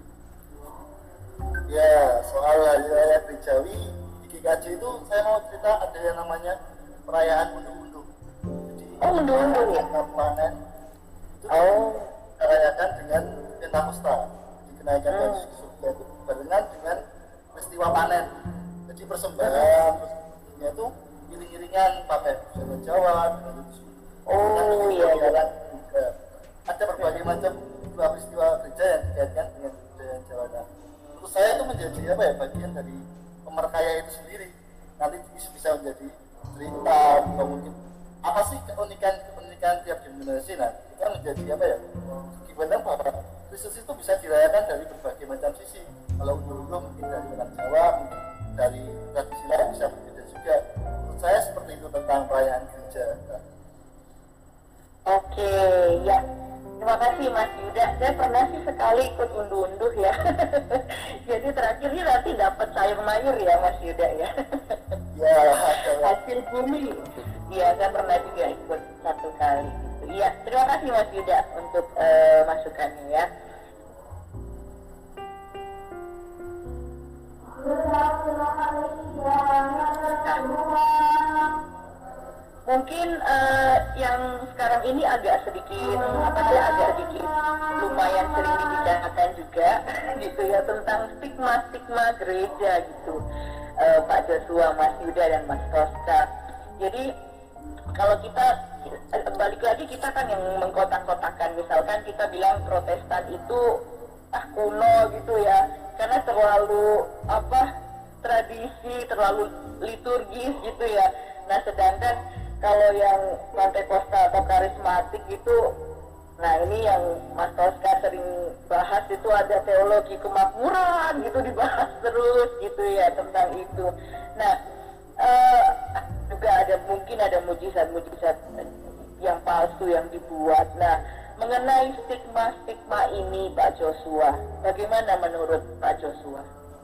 Ya, soal hari raya gerejawi di G K J itu saya mau cerita ada yang namanya perayaan unduh-unduh. Jadi Oh, unduh-unduh ya? kita panen itu Oh. kita rayakan dengan Pentakosta. Jadi kenaikan Hmm. Yesus ke surga itu barengan dengan peristiwa panen. Jadi persembahan persembahannya itu iring-iringan pakai busana Jawa dengan itu. Oh, iya, iya. Ada berbagai macam peristiwa gereja yang dikaitkan dengan budaya Jawa. Nah, menurut saya itu menjadi apa ya, bagian dari pemerkaya itu sendiri. Nanti bisa bisa menjadi cerita atau mungkin apa sih keunikan keunikan tiap denominasi. Nah, kita menjadi apa ya, gimana bahwa Kristus itu bisa dirayakan dari berbagai macam sisi. Kalau dulu mungkin dari orang Jawa, mungkin dari tradisi lain bisa berbeda juga. Menurut saya seperti itu tentang perayaan gereja. Nah, Oke, ya. Terima kasih Mas Yuda. Saya pernah sih sekali ikut unduh-unduh ya. Jadi terakhirnya nanti dapat sayur mayur ya Mas Yuda ya. ya, Hasil bumi. Iya, saya pernah juga ikut satu kali. Gitu. Iya, terima kasih Mas Yuda untuk eh, masukannya ya. Mungkin eh, yang sekarang ini agak sedikit apa sih agak sedikit lumayan sering dibicarakan juga gitu ya tentang stigma-stigma gereja gitu, eh, Pak Joshua, Mas Yuda dan Mas Tosca. Jadi kalau kita eh, balik lagi kita kan yang mengkotak-kotakan, misalkan kita bilang Protestan itu ah kuno gitu ya karena terlalu apa tradisi, terlalu liturgis gitu ya. Nah sedangkan kalau yang Pantekosta atau karismatik itu, nah ini yang Mas Tosca sering bahas itu ada teologi kemakmuran gitu dibahas terus gitu ya tentang itu. Nah eh, juga ada mungkin ada mujizat-mujizat yang palsu yang dibuat. Nah mengenai stigma-stigma ini Pak Joshua, bagaimana menurut Pak Joshua?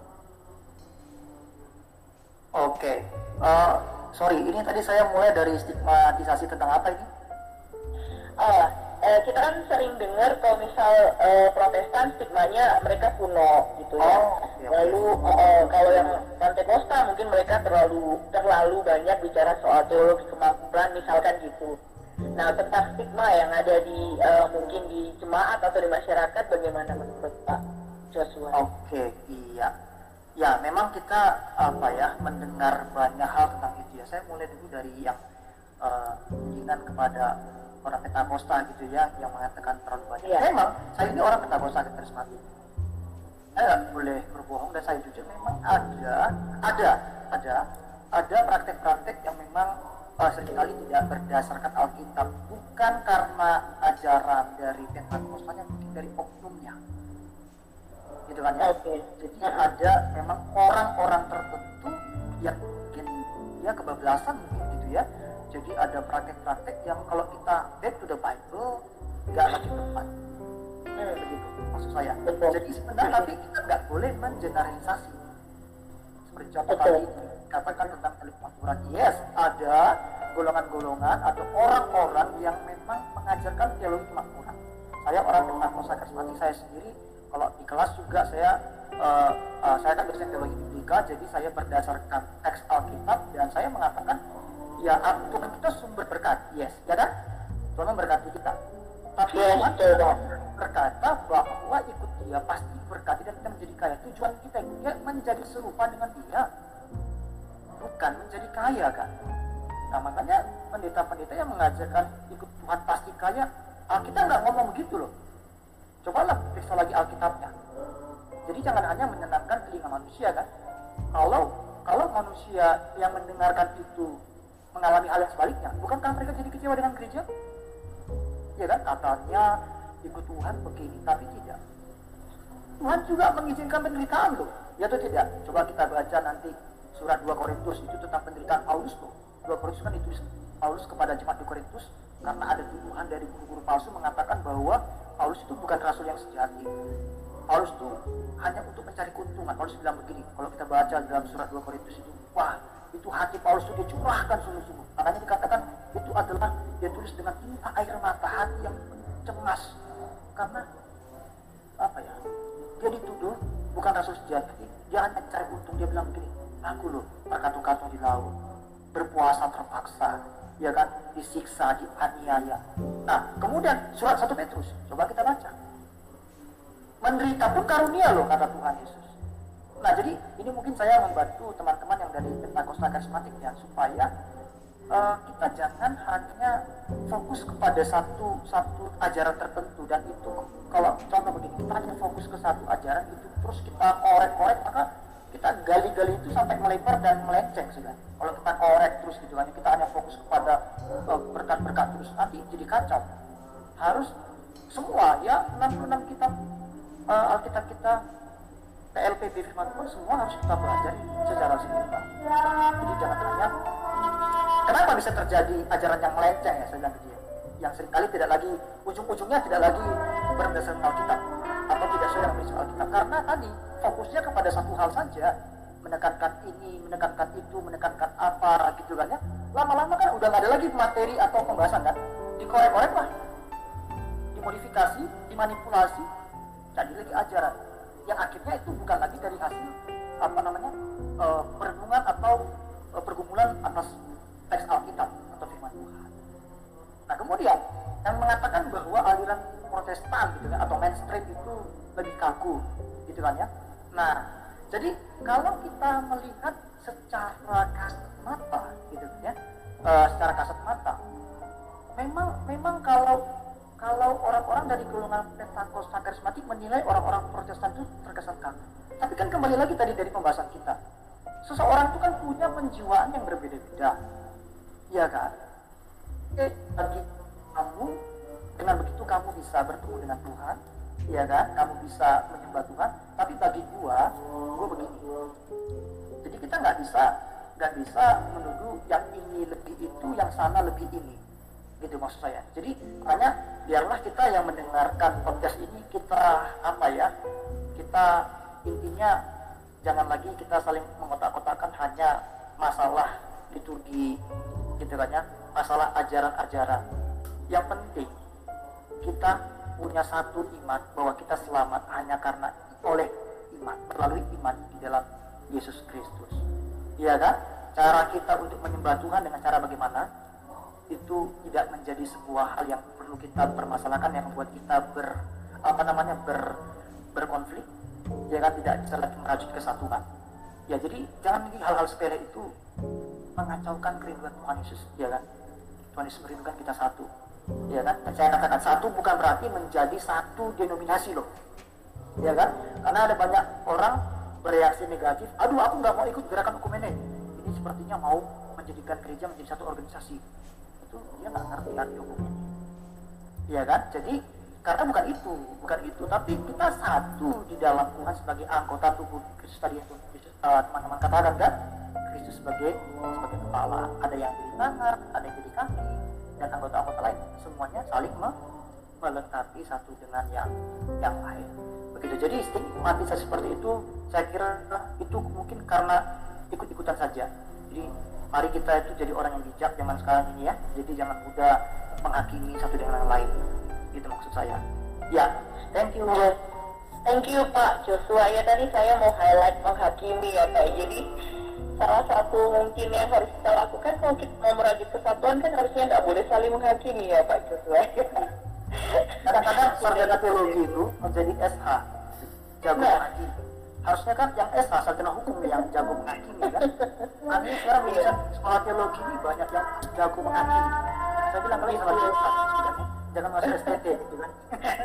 Oke, uh, sorry, ini tadi saya mulai dari stigmatisasi tentang apa ini? Ah, eh, kita kan sering dengar kalau misal eh, Protestan stigmanya mereka kuno gitu ya. Oh, oke, oke. Lalu eh, kalau yang Pentakosta mungkin mereka terlalu terlalu banyak bicara soal teologi kemakmuran misalkan gitu. Nah, tentang stigma yang ada di eh, mungkin di jemaat atau di masyarakat bagaimana menurut Pak Joshua? Oke, iya. Ya, memang kita apa ya mendengar banyak hal tentang itu ya. Saya mulai dulu dari yang uh, tudingan kepada orang Pentakosta gitu ya, yang mengatakan terlalu banyak. Iya. Memang saya ini orang Pentakosta karismatik. Saya nggak boleh berbohong dan saya jujur memang ada, ada, ada, ada praktek-praktek yang memang uh, seringkali tidak berdasarkan Alkitab, bukan karena ajaran dari Pentakostanya, mungkin dari oknumnya. Gitu kan ya. Oke. Jadi ada memang orang-orang tertentu yang mungkin ya kebablasan mungkin gitu ya. Jadi ada praktek-praktek yang kalau kita back to the Bible nggak lagi tepat. Hmm, begitu maksud saya. Betul. Jadi sebenarnya tapi kita nggak boleh mengeneralisasi. Seperti contoh Betul. tadi katakan tentang kemakmuran. Yes, ada golongan-golongan atau orang-orang yang memang mengajarkan teologi kemakmuran. Saya orang Pentakosta karismatik, saya sendiri kalau di kelas juga saya uh, uh, saya kan dosen teologi biblika, jadi saya berdasarkan teks Alkitab dan saya mengatakan ya Tuhan kita sumber berkat, yes, ya kan? Tuhan memberkati kita. Tapi Yes, Tuhan betul. berkata bahwa ikut Dia pasti berkati dan kita menjadi kaya. Tujuan kita itu ya menjadi serupa dengan Dia, bukan menjadi kaya kan? Nah makanya pendeta-pendeta yang mengajarkan ikut Tuhan pasti kaya, ah, kita nggak ngomong begitu loh. Cobalah periksa lagi Alkitabnya. Jadi jangan hanya menyenangkan telinga manusia kan. Kalau kalau manusia yang mendengarkan itu mengalami hal yang sebaliknya, bukankah mereka jadi kecewa dengan gereja? Ya kan, katanya ikut Tuhan begini, tapi tidak. Tuhan juga mengizinkan penderitaan loh, ya atau tidak? Coba kita baca nanti surat dua Korintus itu tentang penderitaan Paulus loh. dua Korintus kan ditulis Paulus kepada jemaat di Korintus karena ada tuduhan dari guru-guru palsu mengatakan bahwa Paulus itu bukan rasul yang sejati. Paulus itu hanya untuk mencari keuntungan. Paulus bilang begini, kalau kita baca dalam surat dua Korintus itu, wah itu hati Paulus itu dicurahkan sungguh-sungguh. Makanya dikatakan itu adalah dia tulis dengan tinta air mata, hati yang cemas. Karena apa ya? Dia dituduh bukan rasul sejati. Dia hanya mencari untung. Dia bilang begini, aku loh terkatung-katung di laut, berpuasa terpaksa, ya kan, disiksa, dianiaya. Nah, kemudian surat satu Petrus, coba kita baca. Menderita pun karunia loh, kata Tuhan Yesus. Nah, jadi ini mungkin saya membantu teman-teman yang dari Pentakosta karismatik ya, supaya uh, kita jangan hanya fokus kepada satu satu ajaran tertentu, dan itu kalau contoh begini, kita hanya fokus ke satu ajaran itu terus kita korek-korek, maka kita gali-gali itu sampai melebar dan melenceng sudah. Kalau kita korek terus gitu hanya kita hanya fokus kepada uh, berkat-berkat terus, nanti jadi kacau. Harus semua ya enam puluh enam kitab uh, Alkitab kita, P L P B Firman Tuhan, semua harus kita pelajari secara simultan. Jadi jangan hanya kenapa bisa terjadi ajaran yang melenceng ya, saya bilang gitu ya, yang seringkali tidak lagi ujung-ujungnya tidak lagi berdasarkan Alkitab atau tidak sesuai dengan prinsip Alkitab, karena tadi fokusnya kepada satu hal saja, menekankan ini, menekankan itu, menekankan apa gitu kan ya. Lama-lama kan udah nggak ada lagi materi atau pembahasan kan, dikorek-korek lah, dimodifikasi, dimanipulasi, jadi lagi ajaran yang akhirnya itu bukan lagi dari hasil apa namanya uh, perenungan atau uh, pergumulan atas teks Alkitab atau firman Tuhan. Nah kemudian yang mengatakan bahwa aliran Protestan gitu kan atau mainstream itu lebih kaku gitu kan ya. Nah jadi kalau kita melihat secara kasat mata gitu ya, uh, secara kasat mata, memang memang kalau kalau orang-orang dari golongan Pentakosta karismatik menilai orang-orang Protestan itu terkesan kaku. Tapi kan kembali lagi tadi dari pembahasan kita, seseorang itu kan punya penjiwaan yang berbeda-beda, ya kan? Oke, bagi kamu, dengan begitu kamu bisa bertemu dengan Tuhan, ya kan? Kamu bisa menyembah Tuhan. Tapi bagi gua, gua begini. Jadi kita nggak bisa, nggak bisa menuduh yang ini lebih itu, yang sana lebih ini. Gitu maksud saya. Jadi makanya biarlah kita yang mendengarkan podcast ini, kita apa ya, kita intinya jangan lagi kita saling mengotak-kotakan hanya masalah liturgi gitu kan ya, masalah ajaran-ajaran. Yang penting kita punya satu iman bahwa kita selamat hanya karena oleh iman, melalui iman di dalam Yesus Kristus. Iya kan? Cara kita untuk menyembah Tuhan dengan cara bagaimana? Itu tidak menjadi sebuah hal yang perlu kita permasalahkan, yang membuat kita ber apa namanya ber berkonflik, ya kan, tidak bisa lagi merajut kesatuan. Ya, jadi jangan hal-hal sepele itu mengacaukan kerinduan Tuhan Yesus, ya kan? Tuhan Yesus merindukan kita satu, ya kan? Dan saya katakan satu bukan berarti menjadi satu denominasi loh, ya kan? Karena ada banyak orang bereaksi negatif, aduh aku nggak mau ikut gerakan Ekumene, ini sepertinya mau menjadikan gereja menjadi satu organisasi. Itu dia nggak ngerti arti hukumnya, ya kan? Jadi karena bukan itu, bukan itu, tapi kita satu di dalam Tuhan sebagai anggota tubuh Kristus tadi yang uh, teman-teman katakan kan, Kristus sebagai sebagai kepala, ada yang jadi tangan, ada yang jadi kaki, dan anggota-anggota lain, semuanya saling me- melengkapi satu dengan yang yang lain. Begitu. Jadi stigmatisasi seperti itu, saya kira itu mungkin karena ikut-ikutan saja. Jadi mari kita itu jadi orang yang bijak zaman sekarang ini ya. Jadi jangan mudah menghakimi satu dengan yang lain. Itu maksud saya. Ya, thank you. Thank you Pak Joshua. Ya tadi saya mau highlight menghakimi ya Pak. Jadi salah satu mungkin yang harus kita lakukan kalau kita mau merajut kesatuan kan harusnya nggak boleh saling menghakimi ya Pak Joshua. Kadang-kadang sarjana teologi itu menjadi S H, jago Nah. menghakimi. Harusnya kan yang S H, sarjana hukum yang jago menghakimi kan. Nanti sekarang lulusan sekolah teologi ini banyak yang jago menghakimi. Saya bilang kalian salah S H sebenarnya. Jangan masuk S T T gitu kan.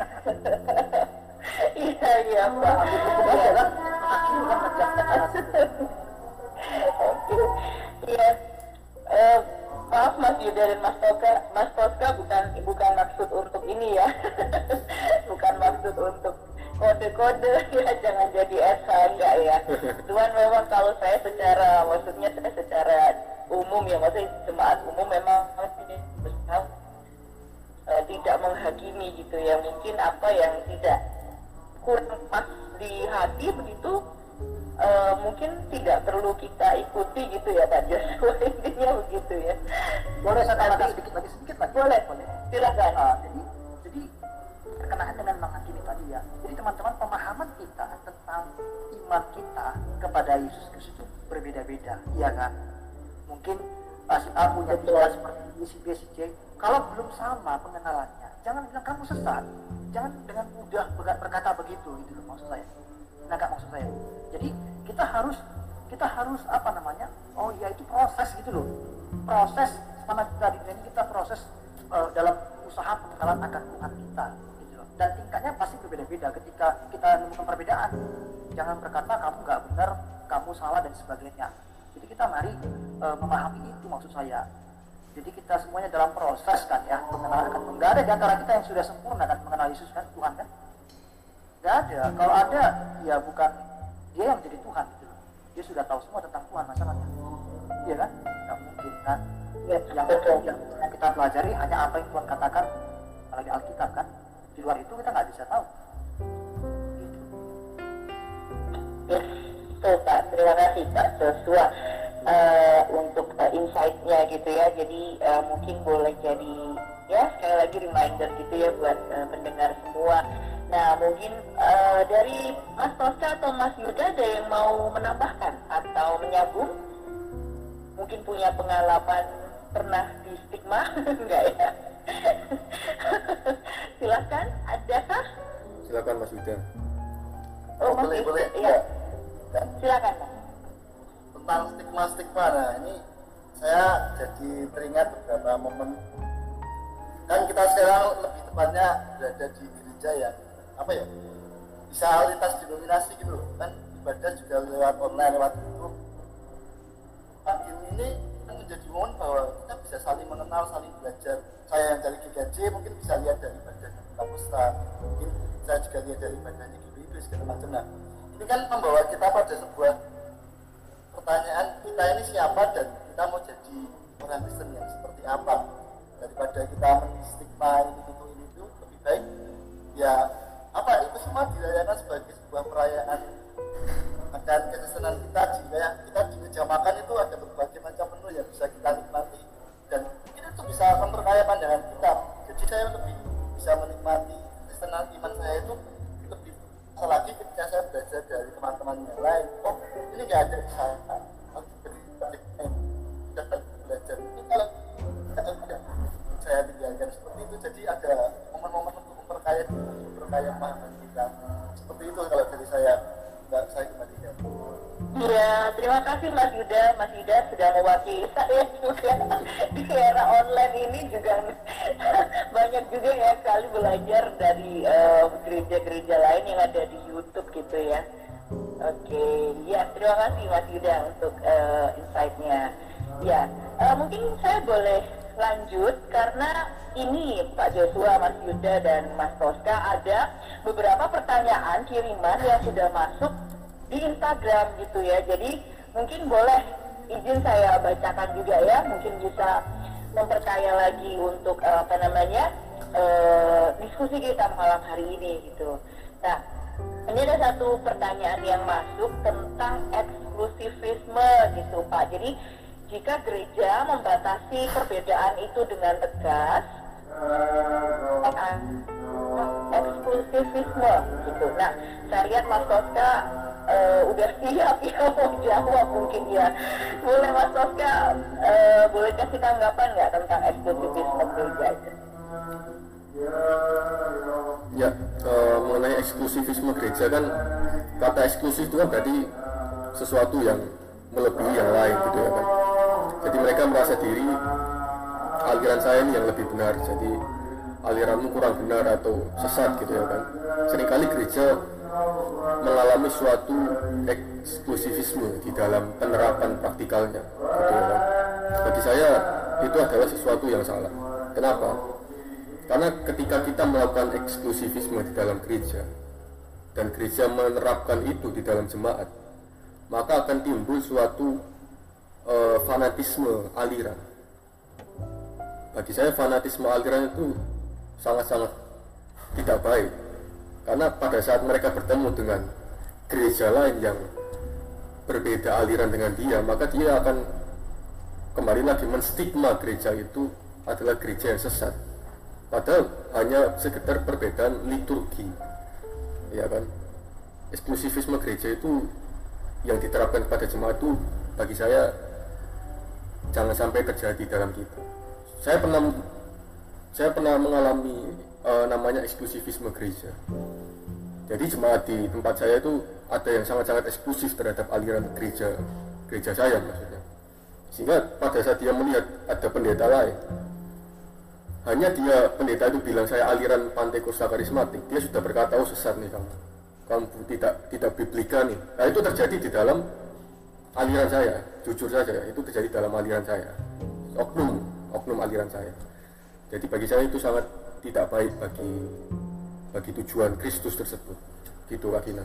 Iya iya Pak. Ambil hukum aja kan, menghakimi kan menjelaskan. Oke. Iya. Eh, maaf Mas Yuda dan Mas Toska, Mas Toska bukan bukan maksud untuk ini ya. Bukan maksud untuk kode-kode ya, jangan jadi S H enggak ya. Cuman memang kalau saya secara maksudnya saya secara umum ya, maksudnya jemaat umum memang masih besar uh, tidak menghakimi gitu ya. Mungkin apa yang tidak kurang pas di hati begitu, uh, mungkin tidak perlu kita ikuti gitu ya Pak Joshua. Intinya begitu ya. Boleh saya tambahkan sedikit lagi, sedikit lagi. Boleh, boleh. silakan. Uh, jadi, jadi berkenaan dengan menghakimi tadi ya. Jadi teman-teman, pemahaman kita tentang iman kita kepada Yesus Kristus itu berbeda-beda, iya kan? Mungkin uh, si A punya iman seperti ini, si B, si C. Kalau belum sama pengenalannya, jangan bilang kamu sesat. Jangan dengan mudah berkata begitu, gitu loh maksud saya. Nah, nggak maksud saya. Jadi kita harus kita harus apa namanya? Oh ya, itu proses gitu loh. Proses sama kita di dunia ini, kita proses uh, dalam usaha pengenalan akan Tuhan kita, gitu loh. Dan tingkatnya pasti berbeda-beda ketika kita menemukan perbedaan. Jangan berkata kamu nggak benar, kamu salah dan sebagainya. Jadi kita mari uh, memahami itu maksud saya. Jadi kita semuanya dalam proses kan ya, pengenalan akan Tuhan. Nggak ada di antara kita yang sudah sempurna kan mengenal Yesus kan, Tuhan kan? Nggak ada. Kalau ada, ya bukan dia yang menjadi Tuhan gitu loh. Dia sudah tahu semua tentang Tuhan masalahnya. Iya kan? Nggak mungkin kan? Ya, Yang, betul. yang kita pelajari hanya apa yang Tuhan katakan, apalagi Alkitab kan. Di luar itu kita nggak bisa tahu. Gitu. Betul Pak, terima kasih Pak Joshua uh, untuk uh, insight-nya gitu ya. Jadi uh, mungkin boleh jadi ya sekali lagi reminder gitu ya buat uh, mendengar semua. Nah mungkin uh, dari Mas Toska atau Mas Yuda ada yang mau menambahkan atau menyambung? Mungkin punya pengalaman pernah di stigma enggak ya? Silakan, adakah? Silakan Mas Yuda. Oh, Mas boleh Yuda, boleh ya. ya. Silakan Mas. Tentang stigma-stigma, nah ini saya jadi teringat beberapa momen. Kan kita sekarang lebih tepatnya berada di gereja yang apa ya, bisa lintas denominasi gitu loh, kan ibadah juga lewat online, lewat YouTube. Makin ini kan menjadi momen bahwa kita bisa saling mengenal, saling belajar. Saya yang dari G K J mungkin bisa lihat dari ibadahnya Buka Pusta, mungkin saya juga lihat dari ibadahnya G B I B segala macam. Nah ini kan membawa kita pada sebuah pertanyaan, kita ini siapa dan kita mau jadi orang Kristen yang seperti apa. Daripada kita menstigma ini itu ini itu, lebih baik ya apa itu semua dirayakan sebagai sebuah perayaan akan kekristenan kita. Jika kita di meja makan itu ada berbagai macam menu yang bisa kita nikmati dan mungkin itu bisa memperkaya pandangan kita. Jadi saya lebih bisa menikmati kesenangan iman saya itu lebih lagi ketika saya belajar dari teman-teman yang lain. Oh, ini nggak ada di saya. Dapat belajar ini kalau saya tinggalkan seperti itu, jadi ada momen-momen untuk memperkaya memperkaya pemahaman kita. Seperti itu kalau dari saya. Mbak, saya kembalikan. Iya, terima kasih Mas Yuda. Mas Yuda sudah mewakili saya juga di era online ini juga banyak juga ya kali belajar dari uh, gereja-gereja lain yang ada di YouTube gitu ya. Oke, ya terima kasih Mas Yuda untuk uh, insight-nya. Ya, uh, mungkin saya boleh lanjut karena ini Pak Joshua, Mas Yuda dan Mas Tosca ada beberapa pertanyaan kiriman yang sudah masuk di Instagram gitu ya. Jadi mungkin boleh izin saya bacakan juga ya, mungkin bisa memperkaya lagi untuk uh, apa namanya uh, diskusi kita malam hari ini gitu. Nah, ini ada satu pertanyaan yang masuk tentang eksklusivisme gitu Pak. Jadi jika gereja membatasi perbedaan itu dengan tegas, eksklusivisme gitu. Nah, saya lihat Mas Tosca uh, udah siap ya mau jawab mungkin ya. Boleh Mas Tosca uh, boleh kasih tanggapan nggak tentang eksklusivisme gereja itu? Ya, uh, mengenai eksklusivisme gereja kan, kata eksklusif itu kan berarti sesuatu yang melebihi yang lain gitu ya kan. Jadi mereka merasa diri aliran saya ini yang lebih benar, jadi aliranmu kurang benar atau sesat gitu ya kan. Seringkali gereja mengalami suatu eksklusivisme di dalam penerapan praktikalnya gitu ya kan. Bagi saya itu adalah sesuatu yang salah. Kenapa? Karena ketika kita melakukan eksklusivisme di dalam gereja dan gereja menerapkan itu di dalam jemaat, maka akan timbul suatu uh, fanatisme aliran. Bagi saya fanatisme aliran itu sangat-sangat tidak baik, karena pada saat mereka bertemu dengan gereja lain yang berbeda aliran dengan dia, maka dia akan kembali lagi menstigma gereja itu adalah gereja yang sesat, padahal hanya sekedar perbedaan liturgi ya kan. Eksklusivisme gereja itu yang diterapkan pada jemaat itu bagi saya jangan sampai terjadi dalam kita. Saya pernah saya pernah mengalami uh, namanya eksklusivisme gereja. Jadi jemaat di tempat saya itu ada yang sangat-sangat eksklusif terhadap aliran gereja gereja saya maksudnya. Sehingga pada saat dia melihat ada pendeta lain, hanya dia pendeta itu bilang saya aliran Pantekosta Karismatik, dia sudah berkata, oh sesat nih kamu, kamu tidak tidak biblika nih. Nah itu terjadi di dalam aliran saya, jujur saja itu terjadi dalam aliran saya, oknum oknum aliran saya. Jadi bagi saya itu sangat tidak baik bagi bagi tujuan Kristus tersebut. Gitu Kak Kinan.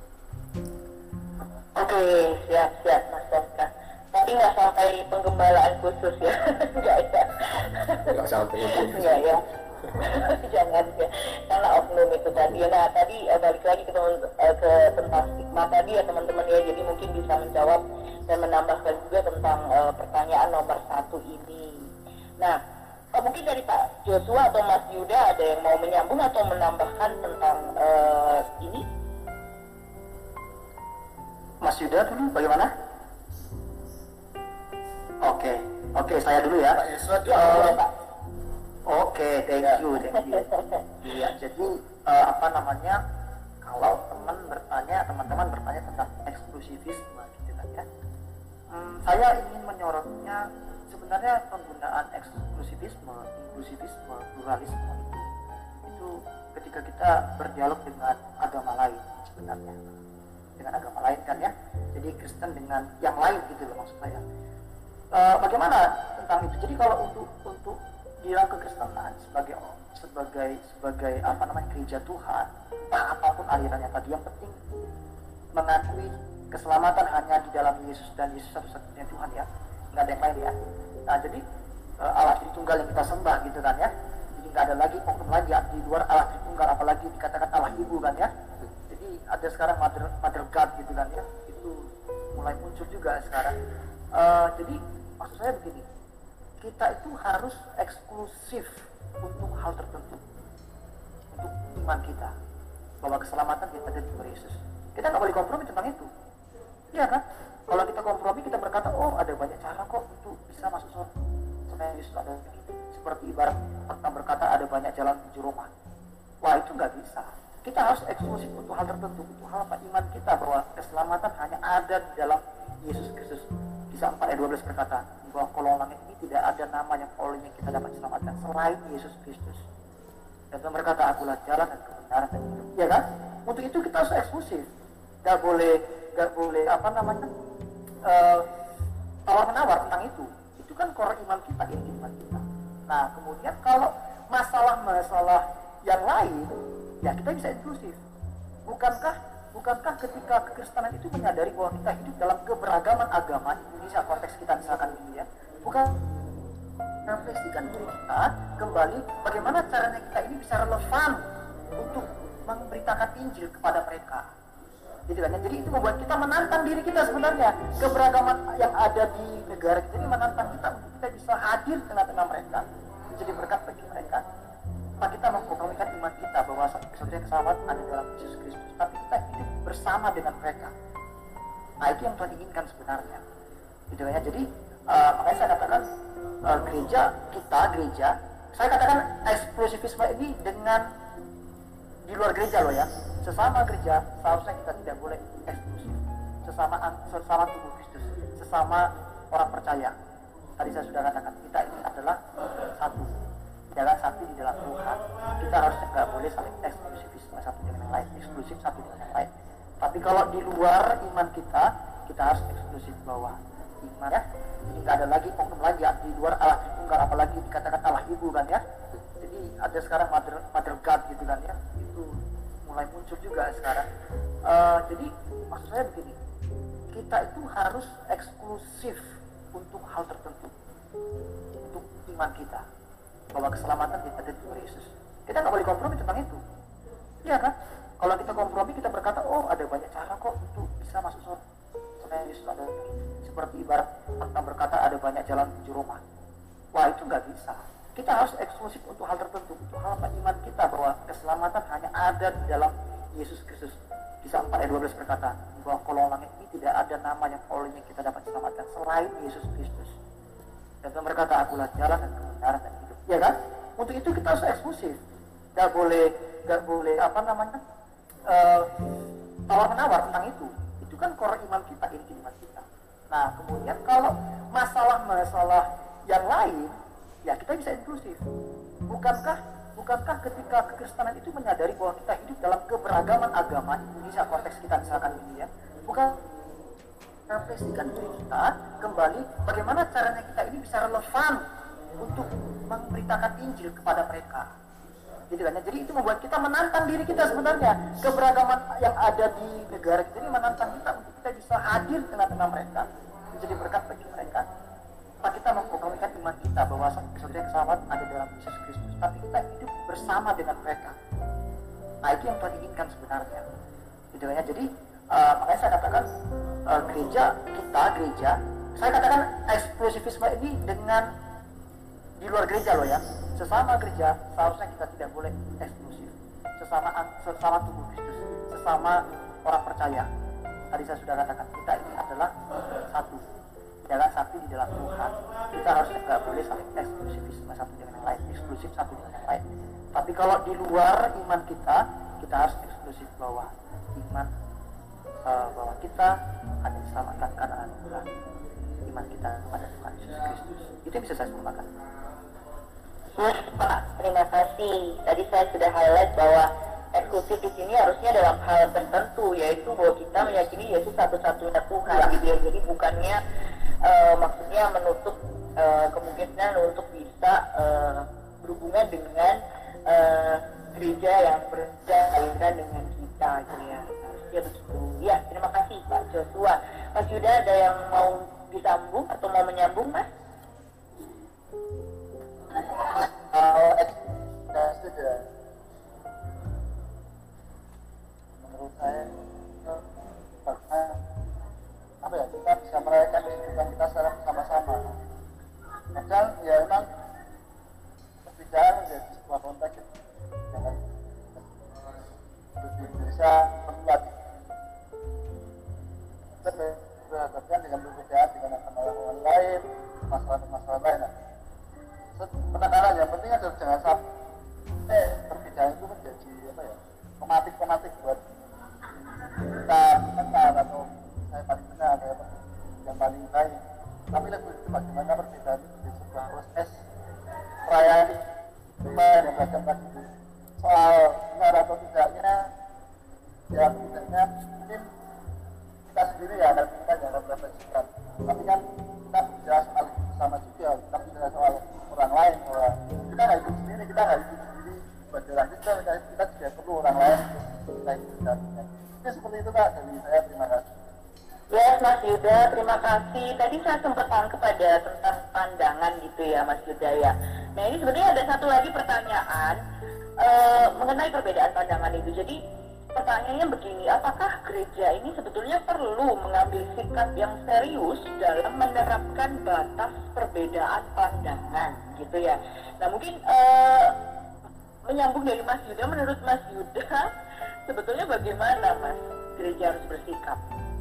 Oke, siap siap Mas Tosca. Tapi nggak sampai penggembalaan khusus ya, nggak ya? Nggak sampai untuk nggak ya? Jangan ya, karena oknum itu tadi. Nah tadi eh, balik lagi ke, teman, eh, ke tentang stigma tadi ya teman-teman ya. Jadi mungkin bisa menjawab dan menambahkan juga tentang eh, pertanyaan nomor satu ini. Nah, oh, mungkin dari Pak Joshua atau Mas Yuda ada yang mau menyambung atau menambahkan tentang eh, ini? Mas Yuda dulu bagaimana? Oke, okay. oke okay, saya dulu ya. Pak Joshua dulu uh, Pak. Oke, okay, thank you, thank you. Iya, jadi uh, apa namanya? Kalau teman bertanya, teman-teman bertanya tentang eksklusivisme, gitu kan ya. Hmm, saya ingin menyorotnya sebenarnya penggunaan eksklusivisme, inklusivisme, pluralisme itu, itu ketika kita berdialog dengan agama lain sebenarnya, dengan agama lain kan ya. Jadi Kristen dengan yang lain gitu loh maksud saya. Uh, bagaimana tentang itu? Jadi kalau untuk untuk bilang kekristenan sebagai sebagai sebagai apa namanya gereja Tuhan, entah apapun alirannya tadi, yang penting mengakui keselamatan hanya di dalam Yesus dan Yesus satu-satunya Tuhan ya, nggak ada yang lain ya. Nah jadi uh, Allah Tritunggal yang kita sembah gitu kan ya. Jadi nggak ada lagi oknum lagi di luar Allah Tritunggal, apalagi dikatakan Allah Ibu kan ya. Jadi ada sekarang Mother, Mother God gitu kan ya. Itu mulai muncul juga sekarang. Uh, jadi maksud saya begini, kita itu harus eksklusif untuk hal tertentu. untuk iman kita, bahwa keselamatan kita ada di Yesus. Kita nggak boleh kompromi tentang itu, iya kan? Kalau kita kompromi, kita berkata, oh ada banyak cara kok untuk bisa masuk surga. Sebenarnya Yesus ada seperti ibarat kita berkata ada banyak jalan menuju Roma. Wah, itu nggak bisa. Kita harus eksklusif untuk hal tertentu, untuk hal apa? Iman kita bahwa keselamatan hanya ada di dalam Yesus Kristus. Kisah empat ayat dua belas berkata bahwa kolong langit ini tidak ada nama yang olehnya kita dapat diselamatkan selain Yesus Kristus. Dan Tuhan berkata, akulah jalan dan kebenaran dan hidup. Ya kan? Untuk itu kita harus eksklusif. Gak boleh, gak boleh apa namanya uh, tawar menawar tentang itu. Itu kan core iman kita, inti iman kita. Nah, kemudian kalau masalah-masalah yang lain, ya kita bisa inklusif. Bukankah bukankah ketika kekristenan itu menyadari bahwa kita hidup dalam keberagaman agama, Indonesia konteks kita misalkan ini ya, bukan refleksikan diri kita kembali bagaimana caranya kita ini bisa relevan untuk memberitakan Injil kepada mereka. Gitu kan? Jadi itu membuat kita menantang diri kita sebenarnya. Keberagaman yang ada di negara kita ini menantang kita untuk kita bisa hadir di tengah-tengah mereka, menjadi berkat bagi mereka. Maka kita mengkompromikan iman kita bahwa saudara keselamatan ada dalam Yesus Kristus, tapi kita hidup bersama dengan mereka. Nah, itu yang Tuhan inginkan sebenarnya. Gitu ya. Jadi uh, makanya saya katakan uh, gereja kita gereja, saya katakan eksklusivisme ini dengan di luar gereja loh ya. Sesama gereja seharusnya kita tidak boleh eksklusif. Sesama sesama tubuh Kristus, sesama orang percaya. Tadi saya sudah katakan kita ini adalah satu, jalan satu di dalam Tuhan. Kita harusnya nggak boleh saling eksklusivisme satu dengan yang lain, eksklusif satu dengan yang lain. Tapi kalau di luar iman kita, kita harus eksklusif bahwa iman ya. Jadi nggak ada lagi oknum lagi di luar Allah Tritunggal, apalagi dikatakan Allah Ibu kan ya. Jadi ada sekarang mother, mother God gitu kan ya. Itu mulai muncul juga sekarang. Uh, jadi maksud saya begini, kita itu harus eksklusif untuk hal tertentu, untuk iman kita, bahwa keselamatan kita ada di Yesus. Kita nggak boleh kompromi tentang itu, iya kan? Kalau kita kompromi, kita berkata, oh ada banyak cara kok untuk bisa masuk surga. Sebenarnya Yesus ada seperti ibarat kita berkata ada banyak jalan menuju Roma. Wah, itu nggak bisa. Kita harus eksklusif untuk hal tertentu, untuk hal apa? Iman kita bahwa keselamatan hanya ada di dalam Yesus Kristus. Kisah empat ayat dua belas berkata bahwa kolong langit ini tidak ada nama yang olehnya kita dapat diselamatkan selain Yesus Kristus. Dan Tuhan berkata, akulah jalan dan kebenaran dan hidup. Ya kan? Untuk itu kita harus eksklusif. Gak boleh, gak boleh apa namanya uh, tawar menawar tentang itu. Itu kan core iman kita, inti iman kita. Nah, kemudian kalau masalah-masalah yang lain, ya kita bisa inklusif. Bukankah bukankah ketika kekristenan itu menyadari bahwa kita hidup dalam keberagaman agama, Indonesia konteks kita misalkan ini ya, bukan refleksikan diri kita kembali bagaimana caranya kita ini bisa relevan untuk memberitakan Injil kepada mereka. Gitu kan? Jadi itu membuat kita menantang diri kita sebenarnya. Keberagaman yang ada di negara kita ini menantang kita untuk kita bisa hadir di tengah-tengah mereka, menjadi berkat bagi mereka. Maka kita mengkompromikan iman kita bahwa saudara keselamatan ada dalam Yesus Kristus, tapi kita hidup bersama dengan mereka. Nah, itu yang Tuhan inginkan sebenarnya. Gitu ya. Jadi uh, makanya saya katakan uh, gereja kita gereja, saya katakan eksklusivisme ini dengan di luar gereja loh ya. Sesama gereja seharusnya kita tidak boleh eksklusif. Sesama sesama tubuh Kristus, sesama orang percaya. Tadi saya sudah katakan kita ini adalah satu, jalan satu di dalam Tuhan. Kita harus nggak boleh saling eksklusivisme satu dengan yang lain, eksklusif satu dengan yang lain. Tapi kalau di luar iman kita, kita harus eksklusif bahwa iman uh, bahwa kita hanya diselamatkan karena anugerah iman kita kepada Tuhan Yesus Kristus. Itu yang bisa saya sampaikan. Mas Pak, terima kasih. Tadi saya sudah highlight bahwa eksklusif di sini harusnya dalam hal tertentu, yaitu bahwa kita meyakini Yesus satu-satunya Tuhan, gitu ya. Jadi bukannya uh, maksudnya menutup uh, kemungkinan untuk bisa uh, berhubungan dengan uh, gereja yang berkaitan dengan kita, gitu ya. Harusnya begitu. Ya, terima kasih Pak Joshua. Mas Yuda, ada yang mau disambung atau mau menyambung, Mas? Uh, sudah. Menurut saya karena apa ya, kita bisa merayakan kehidupan kita secara bersama-sama. Kadang ya memang perbedaan menjadi sebuah konteks. di Indonesia perlu lagi berhadapan dengan perbedaan dengan agama lain, masalah-masalah lain. Nah, penekanan yang penting adalah jangan sampai perbedaan itu menjadi apa ya, pematik-pematik buat kita benar atau saya paling benar, saya yang paling baik. Tapi lebih itu bagaimana perbedaan itu menjadi sebuah proses perayaan yang beragam tadi soal benar atau tidaknya, ya tidaknya mungkin kita sendiri ya dan kita jangan merefleksikan. Tapi kan kita bicara soal sama juga, kita bicara soal orang lain, bahwa kita nggak hidup sendiri, kita nggak hidup sendiri sebagai orang kita, kita juga perlu orang lain untuk kita hidup dalamnya. Itu seperti itu Kak dari saya, terima kasih. Ya Mas Yuda, terima kasih. Tadi saya sempat tangkap pada tentang pandangan gitu ya Mas Yuda ya. Nah ini sebenarnya ada satu lagi pertanyaan uh, mengenai perbedaan pandangan itu. Jadi pertanyaannya begini, apakah gereja ini sebetulnya perlu mengambil sikap yang serius dalam menerapkan batas perbedaan pandangan gitu ya. Nah mungkin uh, menyambung dari Mas Yuda, menurut Mas Yuda sebetulnya bagaimana Mas gereja harus bersikap?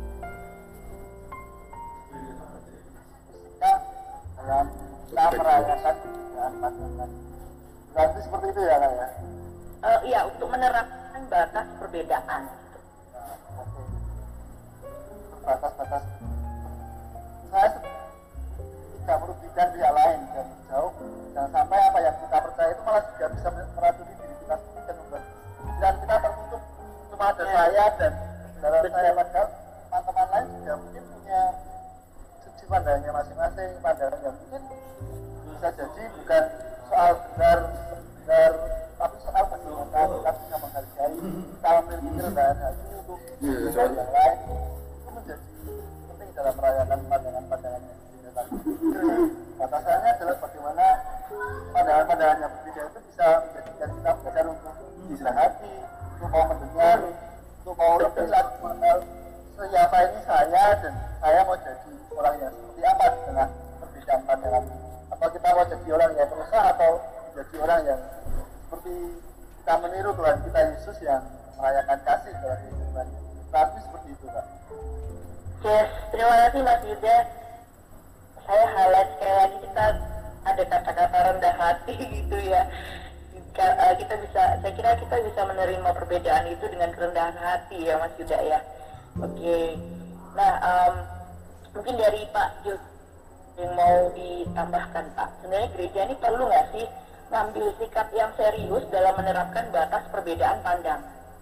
Kita dalam kita merayakan perbedaan pandangan. Berarti seperti itu ya Kak ya? Uh, iya, untuk menerapkan batas perbedaan. Nah, oke. Batas-batas. Saya tidak merugikan pihak lain dan jauh. Jangan sampai apa yang kita percaya itu malah juga bisa meracuni diri kita sendiri dan membuat pikiran kita tertutup. Cuma ada saya dan saudara saya, padahal teman-teman lain juga mungkin punya sudut pandangnya masing-masing, pandangan yang mungkin bisa jadi bukan soal benar benar tapi soal bagaimana kita bisa menghargai, kita memiliki kerendahan hati untuk mendengar yang lain. Itu menjadi penting dalam merayakan pandangan-pandangan yang berbeda. Jadi batasannya adalah bagaimana pandangan-pandangan yang berbeda itu bisa menjadikan kita belajar untuk istirahat, untuk mau mendengar, untuk mau lebih lagi mengenal siapa ini saya dan saya mau jadi orang yang seperti apa di tengah perbedaan pandangan. Atau kita mau jadi orang yang berusaha atau jadi orang yang seperti kita meniru Tuhan kita Yesus yang merayakan kasih dalam kehidupannya. Tapi seperti itu Pak. Yes, terima kasih Mas Yuda. Saya highlight sekali lagi, kita ada kata-kata rendah hati gitu ya. Kita, uh, kita bisa, saya kira kita bisa menerima perbedaan itu dengan kerendahan hati ya Mas Yuda ya. Oke, okay. Nah um, mungkin dari Pak Jul yang mau ditambahkan Pak, sebenarnya gereja ini perlu nggak sih ngambil sikap yang serius dalam menerapkan batas perbedaan pandangan?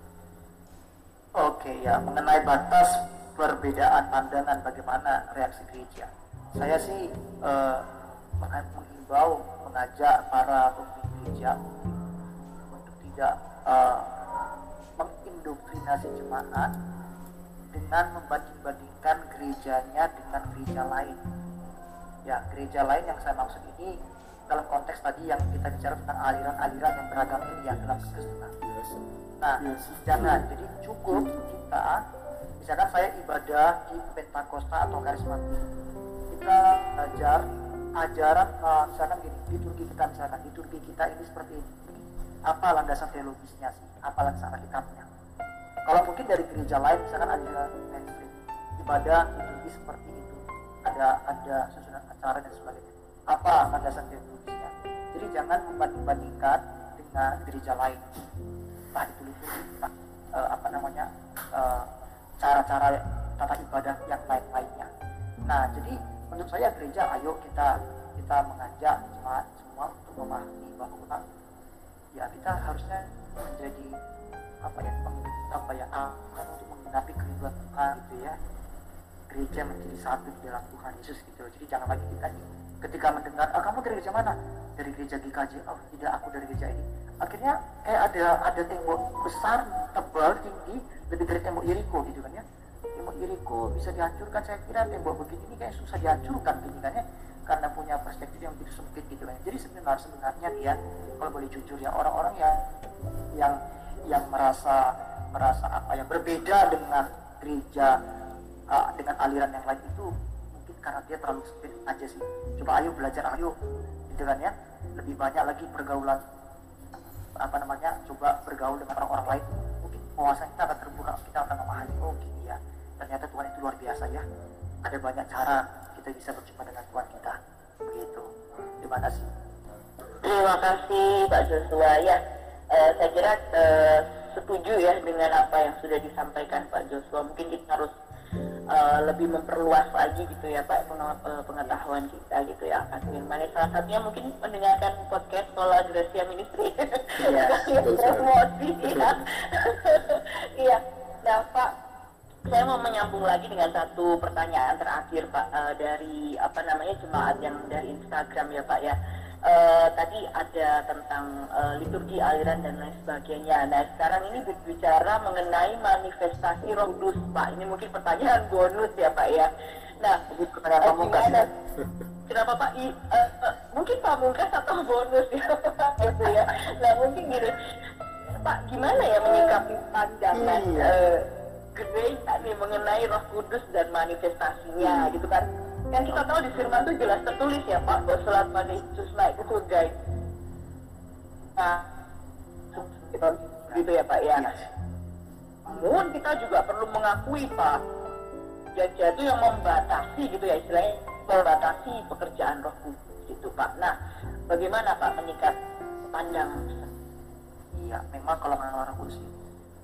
Oke ya, mengenai batas perbedaan pandangan, bagaimana reaksi gereja? Saya sih eh, menghimbau, mengajak para pemimpin gereja untuk tidak eh, mengindoktrinasi jemaat dengan membanding-bandingkan gerejanya dengan gereja lain. Ya, gereja lain yang saya maksud ini dalam konteks tadi yang kita bicara tentang aliran-aliran yang beragam ini ya dalam kekristenan. Nah, jangan. Jadi cukup kita, misalkan saya ibadah di Pentakosta atau Karismatik, kita belajar ajaran, uh, misalkan gini, liturgi kita misalkan, liturgi kita ini seperti ini. Apa landasan teologisnya sih? Apa landasan Alkitabnya? Kalau mungkin dari gereja lain, misalkan ada mainstream ibadah liturgi seperti itu, ada ada susunan acara dan sebagainya. Apa landasan teologisnya? Jadi jangan membanding-bandingkan dengan gereja lain. Entah itu liturgi, entah uh, apa namanya uh, cara-cara tata ibadah yang lain-lainnya. Nah, jadi menurut saya gereja, ayo kita kita mengajak jemaat semua untuk memahami bahwa ya kita harusnya menjadi apa ya apa ya akan untuk menggenapi kerinduan Tuhan gitu ya. Gereja menjadi satu di dalam Tuhan Yesus gitu. Jadi jangan lagi kita ketika mendengar, ah kamu dari gereja mana? Dari gereja G K J. Oh tidak, aku dari gereja ini. Akhirnya kayak ada ada tembok besar, tebal, tinggi, lebih dari tembok Yeriko gitu kan ya. Tembok Yeriko bisa dihancurkan, saya kira tembok begini ini kayak susah dihancurkan gitu kan ya, karena punya perspektif yang begitu sempit gitu kan. Jadi sebenarnya sebenarnya dia kalau boleh jujur ya, orang-orang yang yang yang merasa merasa apa ya berbeda dengan gereja uh, dengan aliran yang lain itu mungkin karena dia terlalu sempit aja sih. Coba ayo belajar, ayo gitu kan ya, lebih banyak lagi pergaulan apa namanya, coba bergaul dengan orang-orang lain, mungkin wawasan kita akan terbuka, kita akan memahami, oh gini ya, ternyata Tuhan itu luar biasa ya, ada banyak cara kita bisa berjumpa dengan Tuhan kita, begitu. Terima kasih. Terima kasih Pak Joshua. Ya, eh, saya kira eh, setuju ya dengan apa yang sudah disampaikan Pak Joshua. Mungkin kita harus eh, lebih memperluas lagi gitu ya Pak pengetahuan kita gitu ya akan firman. Salah satunya mungkin mendengarkan podcast Sola Gracia Ministry. Iya, promosi ya. Iya. Nah Pak, saya mau menyambung lagi dengan satu pertanyaan terakhir Pak, uh, dari apa namanya jemaat yang dari Instagram ya Pak ya. Uh, tadi ada tentang uh, liturgi aliran dan lain sebagainya. Nah sekarang ini berbicara mengenai manifestasi Roh Kudus Pak. Ini mungkin pertanyaan bonus ya Pak ya. Nah kenapa Pamungkas? Kenapa Pak? I, uh, uh, mungkin Pamungkas atau bonus ya gitu ya. Nah mungkin gini Pak, gimana ya menyikapi pandangan Iya. uh, gereja nih mengenai Roh Kudus dan manifestasinya gitu kan? Kan kita tahu di firman itu jelas tertulis ya Pak, bahwa selama Yesus naik ke surga itu, nah, gitu ya Pak ya. Namun kita juga perlu mengakui Pak, gereja itu yang membatasi gitu ya istilahnya, membatasi pekerjaan Roh Kudus gitu Pak. Nah, bagaimana Pak menyikapi pandangan? Iya, memang kalau mengenal Roh Kudus ini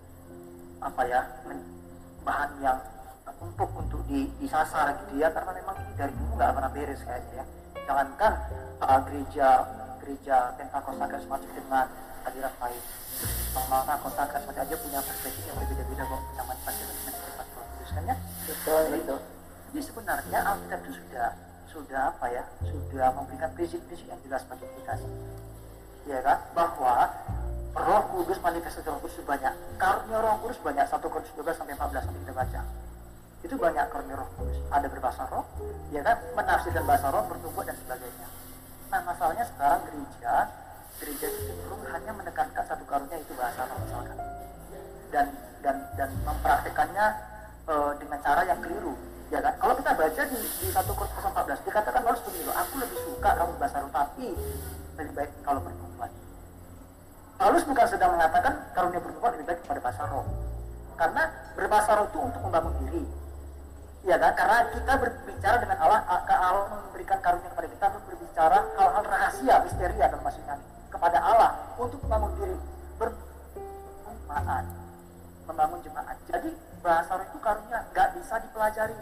apa ya, bahan yang empuk untuk di, disasar gitu ya, karena memang ini dari dulu nggak pernah beres kayaknya ya. Jangankan uh, gereja gereja Pentakosta Karismatik dengan aliran lain, Mama Kota Karismatik aja punya perspektif yang berbeda-beda kok sama pasien-pasien cepat Kudus kan ya. Betul itu. Jadi sebenarnya Alkitab itu sudah sudah apa ya, sudah memberikan prinsip-prinsip yang jelas bagi kita sih, ya kan, bahwa Roh Kudus, manifestasi Roh Kudus banyak, karunia Roh Kudus banyak. Satu Korintus dua belas sampai empat belas nanti kita baca. Itu banyak karunia Roh Kudus. Ada berbahasa roh, ya kan, menafsirkan bahasa roh, bertumbuh dan sebagainya. Nah, masalahnya sekarang gereja, gereja itu cenderung hanya menekankan satu karunia, itu bahasa roh misalkan. Dan dan dan mempraktekannya e, dengan cara yang keliru, ya kan? Kalau kita baca di, di satu Korintus empat belas dikatakan harus begini, aku lebih suka kamu bahasa roh, tapi lebih baik kalau bertobat. Paulus bukan sedang mengatakan karunia bertobat lebih baik kepada bahasa roh, karena berbahasa roh itu untuk membangun diri, ya kan? Karena kita berbicara dengan Allah, Allah memberikan karunia kepada kita untuk berbicara hal-hal rahasia, misteri dalam maksudnya kepada Allah untuk membangun diri, berjemaat, membangun jemaat. Jadi bahasa roh itu karunia, nggak bisa dipelajari,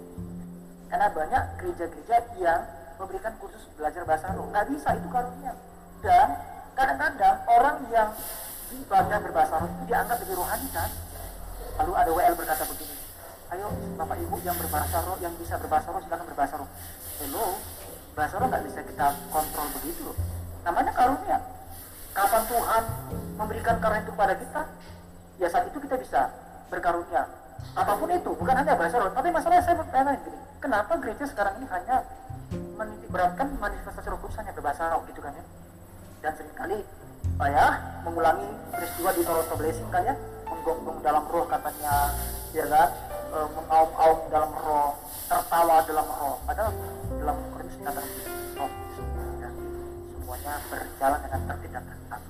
karena banyak gereja-gereja yang memberikan kursus belajar bahasa roh, nggak bisa, itu karunia. Dan kadang-kadang orang yang belajar berbahasa roh itu dianggap lebih rohani kan. Lalu ada W L berkata begini, ayo Bapak Ibu yang berbahasa roh, yang bisa berbahasa roh silakan berbahasa roh. Hello, bahasa roh nggak bisa kita kontrol begitu. Namanya karunia. Kapan Tuhan memberikan karunia itu kepada kita, ya saat itu kita bisa berkarunia. Apapun itu, bukan hanya bahasa roh. Tapi masalahnya saya bertanya gini, kenapa gereja sekarang ini hanya menitik beratkan manifestasi Roh Kudus hanya berbahasa roh gitu kan ya? Dan seringkali oh ya, mengulangi peristiwa di Toronto Blessing kan ya, menggonggong dalam roh katanya, ya kan, e, mengaum-aum dalam roh, tertawa dalam roh. Padahal dalam Korintus dikatakan roh semuanya, semuanya berjalan dengan tertib dan tertata.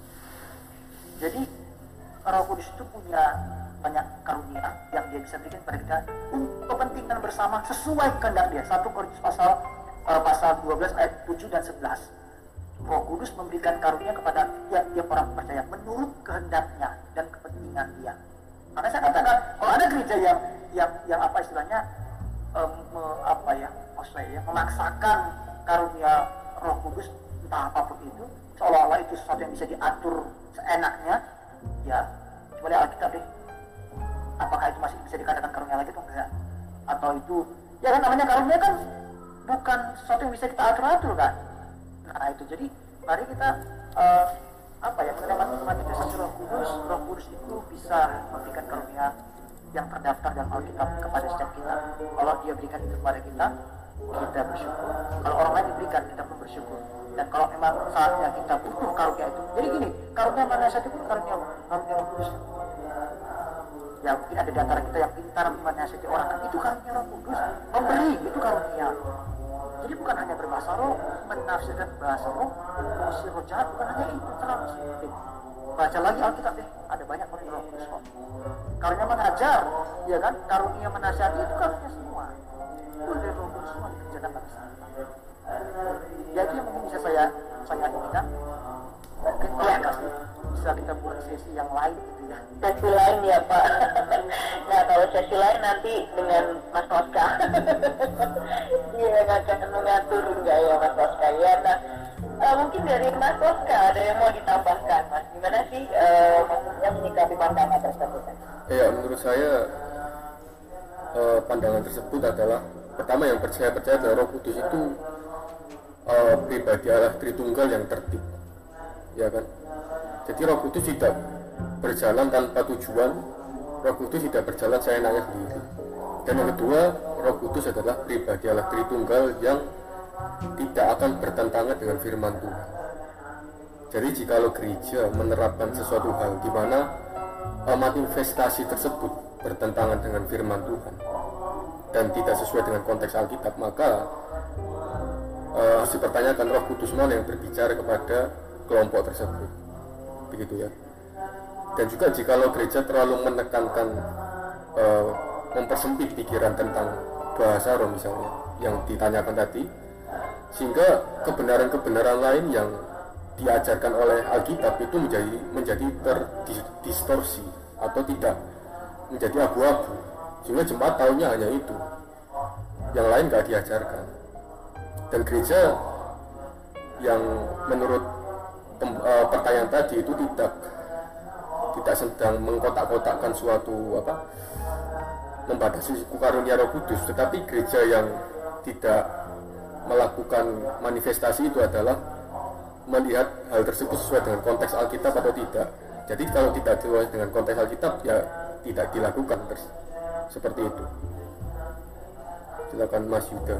Jadi Roh Kudus itu punya banyak karunia yang dia bisa berikan kepada kita untuk kepentingan bersama sesuai kehendak dia. Satu Korintus pasal uh, pasal dua belas ayat tujuh dan sebelas. Roh Kudus memberikan karunia kepada tiap-tiap orang percaya menurut kehendaknya dan kepentingan dia. Maka saya katakan, kalau ada gereja yang yang yang apa istilahnya um, me, apa ya, maksudnya ya, memaksakan karunia Roh Kudus entah apapun itu, seolah-olah itu sesuatu yang bisa diatur seenaknya, ya coba lihat Alkitab deh. Apakah itu masih bisa dikatakan karunia lagi atau enggak? Atau itu, ya kan namanya karunia kan bukan sesuatu yang bisa kita atur-atur kan? Nah itu, jadi mari kita uh, apa ya, mendapat manifestasi Roh Kudus. Roh Kudus itu bisa memberikan karunia yang terdaftar dalam Alkitab kepada setiap kita. Kalau dia berikan itu kepada kita, kita bersyukur. Kalau orang lain diberikan, kita pun bersyukur. Dan kalau memang saatnya kita butuh karunia itu, jadi gini, karunia mana saja pun karunia karunia Roh Kudus. Ya mungkin ada di antara kita yang pintar menasihati orang, kan itu karunia Roh Kudus. Memberi itu karunia. Jadi bukan hanya berbahasa roh, menafsirkan bahasa roh, mengusir roh jahat, bukan hanya itu, terlalu sedikit. Baca lagi Alkitab deh, ada banyak karunia Roh Kudus. Kudus kok. Karunia mengajar, ya kan? Karunia menasihati itu karunia semua. Itu dari Roh Kudus semua dikerjakan pada saat itu. Ya itu yang mungkin bisa saya saya ini kan. Mungkin ya, bisa kita buat sesi yang lain gitu ya. Sesi lain ya Pak. Nah kalau sesi lain nanti dengan Mas Oska. Dia yang akan mengatur enggak ya Mas Oska ya. Nah uh, mungkin dari Mas Oska ada yang mau ditambahkan Mas. Gimana sih uh, maksudnya menyikapi pandangan tersebut? Ya menurut saya uh, pandangan tersebut adalah pertama yang percaya percaya adalah Roh Kudus itu uh, pribadi Allah Tritunggal yang tertib, ya kan? Jadi Roh Kudus tidak berjalan tanpa tujuan, Roh Kudus tidak berjalan saya nanya sendiri. Dan yang kedua, Roh Kudus adalah pribadi Allah Tritunggal yang tidak akan bertentangan dengan firman Tuhan. Jadi jikalau gereja menerapkan sesuatu hal di mana uh, manifestasi tersebut bertentangan dengan firman Tuhan dan tidak sesuai dengan konteks Alkitab, maka uh, harus dipertanyakan Roh Kudus mana yang berbicara kepada kelompok tersebut, begitu ya. Dan juga jikalau gereja terlalu menekankan uh, mempersempit pikiran tentang bahasa roh misalnya yang ditanyakan tadi, sehingga kebenaran-kebenaran lain yang diajarkan oleh Alkitab itu menjadi menjadi terdistorsi atau tidak menjadi abu-abu, sehingga jemaat tahunya hanya itu, yang lain gak diajarkan. Dan gereja yang menurut tem- uh, pertanyaan tadi itu tidak tidak sedang mengkotak-kotakkan suatu apa membatasi karunia Roh Kudus, tetapi gereja yang tidak melakukan manifestasi itu adalah melihat hal tersebut sesuai dengan konteks Alkitab atau tidak. Jadi kalau tidak sesuai dengan konteks Alkitab ya tidak dilakukan terus. Seperti itu. Silakan Mas Yuda.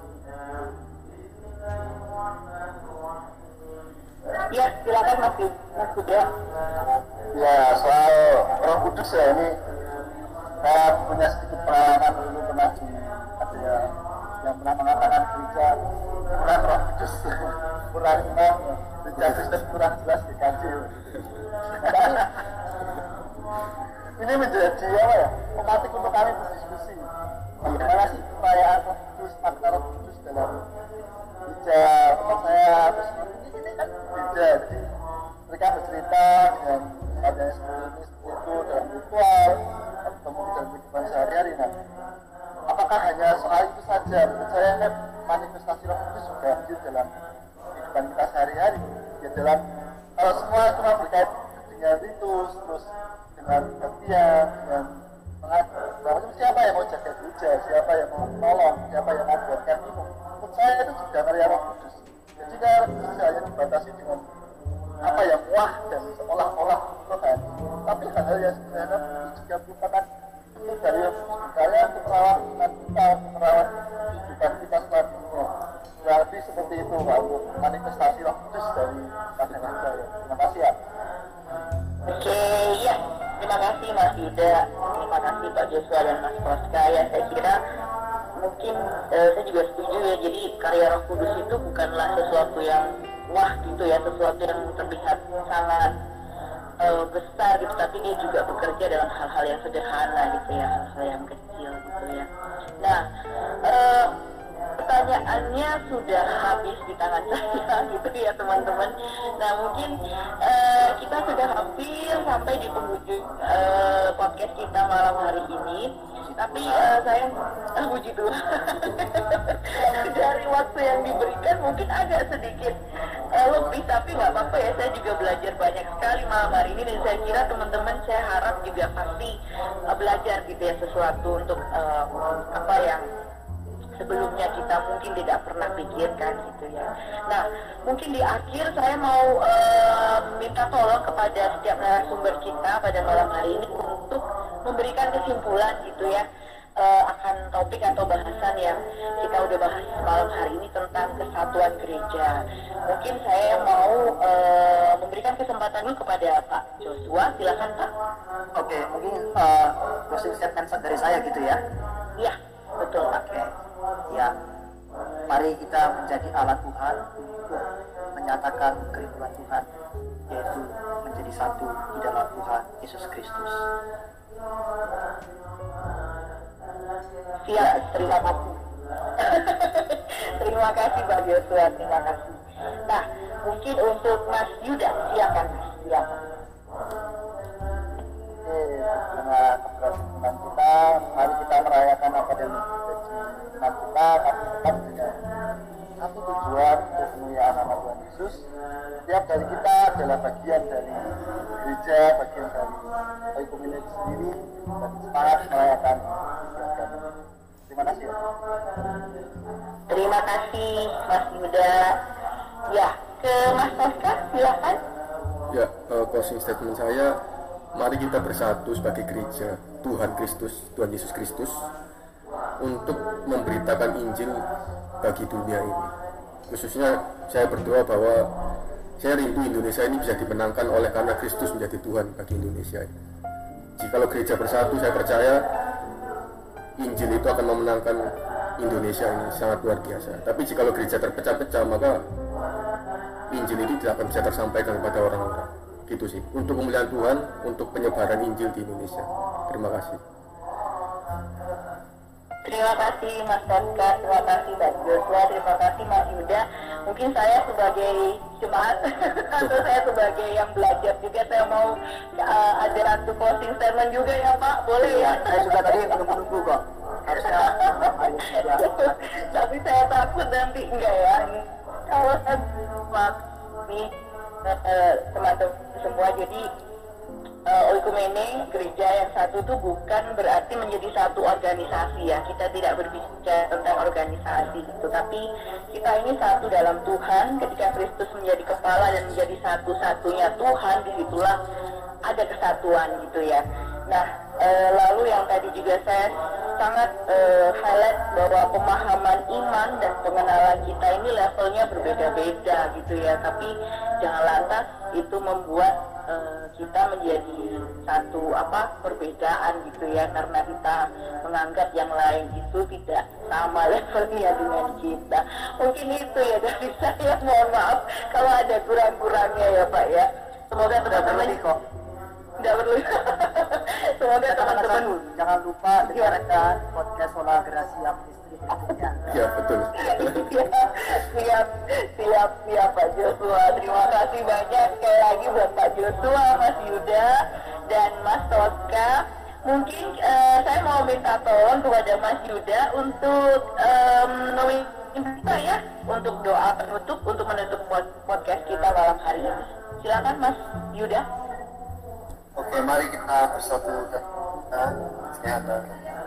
Ya silakan Mas Mas Yuda. Ya soal Roh Kudus ya ini saya punya sedikit pengalaman dulu pernah di ada ya, yang pernah mengatakan gereja kurang Roh Kudus, kurang iman, gereja Kristen kurang jelas dikaji. Ini menjadi apa ya, pematik untuk kami berdiskusi. Bagaimana sih perayaan Roh Kudus, makna Roh Kudus dalam gereja tempat saya ini, ini kan beda. Jadi mereka bercerita dengan adanya seperti ini, seperti itu dalam ritual atau dalam kehidupan sehari-hari. Nah, apakah hanya soal itu saja? Menurut saya manifestasi Roh Kudus juga hadir dalam kehidupan kita sehari-hari. Ya dalam kalau semua cuma berkait dengan ritus, terus dengan kebaktian, dengan mengajar, siapa yang mau jaga gereja, siapa yang mau menolong, siapa yang mau buatkan minum. Menurut saya itu juga karya Roh Kudus. Jadi kalau Roh Kudus hanya dibatasi dengan apa yang wah dan seolah-olah rohani, tapi hal-hal yang sebenarnya juga merupakan bentuk dari Roh Kudus berkarya untuk merawat iman kita, untuk merawat kehidupan kita selanjutnya. Berarti seperti itu Pak, untuk manifestasi Roh Kudus dari pandangan saya. Terima kasih ya. Oke, ya. Terima kasih Mas Yuda. Terima kasih Pak Joshua dan Mas Oska. Ya, saya kira mungkin eh, saya juga setuju ya. Jadi karya Roh Kudus itu bukanlah sesuatu yang wah gitu ya, sesuatu yang terlihat sangat uh, besar gitu, tapi dia juga bekerja dalam hal-hal yang sederhana gitu ya, hal-hal yang kecil gitu ya. Nah, uh, pertanyaannya sudah habis di tangan saya gitu ya teman-teman. Nah mungkin uh, kita sudah hampir sampai di penghujung uh, podcast kita malam hari ini. Tapi uh, saya uh, puji Tuhan dari waktu yang diberikan mungkin agak sedikit uh, lebih, tapi nggak apa-apa ya, saya juga belajar banyak sekali malam hari ini, dan saya kira teman-teman saya harap juga pasti uh, belajar gitu ya sesuatu untuk uh, apa yang sebelumnya kita mungkin tidak pernah pikirkan gitu ya. Nah mungkin di akhir saya mau uh, minta tolong kepada setiap narasumber kita pada malam hari ini untuk memberikan kesimpulan gitu ya uh, akan topik atau bahasan yang kita udah bahas malam hari ini tentang kesatuan gereja. Mungkin saya mau uh, memberikan kesempatan dulu kepada Pak Joshua, silakan Pak. Oke, mungkin uh, closing statement dari saya gitu ya. Iya, betul Pak. Oke, ya, mari kita menjadi alat Tuhan untuk menyatakan kerinduan Tuhan yaitu menjadi satu di dalam Tuhan Yesus Kristus. Siap, terima kasih. Terima kasih Pak Joshua, terima kasih. Nah, mungkin untuk Mas Yuda, silakan Mas, silakan. Oke, dengan keberhasilan kita, mari kita merayakan apa yang menjadi iman kita, tapi tetap dengan satu tujuan untuk kemuliaan nama Tuhan Yesus. Setiap dari kita adalah bagian dari gereja, bagian dari Oikumene sendiri, dan semangat merayakan agama. Terima kasih. Terima kasih Mas Yuda. Ya, ke Mas Oscar, silakan. Ya, uh, closing statement saya, mari kita bersatu sebagai gereja Tuhan Kristus, Tuhan Yesus Kristus, untuk memberitakan Injil bagi dunia ini. Khususnya saya berdoa bahwa saya rindu Indonesia ini bisa dimenangkan oleh karena Kristus menjadi Tuhan bagi Indonesia. Jikalau gereja bersatu, saya percaya Injil itu akan memenangkan Indonesia ini sangat luar biasa. Tapi jikalau gereja terpecah-pecah, maka Injil ini tidak akan bisa tersampaikan kepada orang-orang. Gitu sih, untuk kemuliaan Tuhan, untuk penyebaran Injil di Indonesia. Terima kasih. Terima kasih Mas Oscar, terima kasih Mas Joshua, terima kasih Mas Yuda. Mungkin saya sebagai jemaat atau saya sebagai yang belajar juga, saya mau uh, ada satu closing statement juga ya Pak, boleh ya? Saya juga tadi menunggu kok. Harusnya. Tapi saya takut nanti enggak ya. Kalau saya Mas nih uh, teman-teman semua, jadi Uh, Oikumene, gereja yang satu itu bukan berarti menjadi satu organisasi ya. Kita tidak berbicara tentang organisasi itu, tapi kita ini satu dalam Tuhan. Ketika Kristus menjadi kepala dan menjadi satu-satunya Tuhan, disitulah ada kesatuan gitu ya. Nah, uh, lalu yang tadi juga saya sangat uh, highlight bahwa pemahaman iman dan pengenalan kita ini levelnya berbeda-beda gitu ya. Tapi jangan lantas itu membuat Uh, kita menjadi satu apa perbedaan gitu ya, karena kita menganggap yang lain itu tidak sama levelnya dengan kita. Mungkin itu ya dari saya, mohon maaf kalau ada kurang-kurangnya ya Pak ya. Semoga teman-teman kok tidak perlu. Semoga teman-teman Jangan lupa dengarkan podcast Sola Gracia Ministry berikutnya. Ya, betul. siap, siap, siap Pak Joshua. Terima kasih banyak sekali lagi buat Pak Joshua, Mas Yuda, dan Mas Toska. Mungkin uh, saya mau minta tolong kepada Mas Yuda untuk um, kita ya, untuk doa penutup untuk menutup podcast kita malam hari ini. Silakan Mas Yuda. Oke, mari kita bersatu dan kita kesehatan.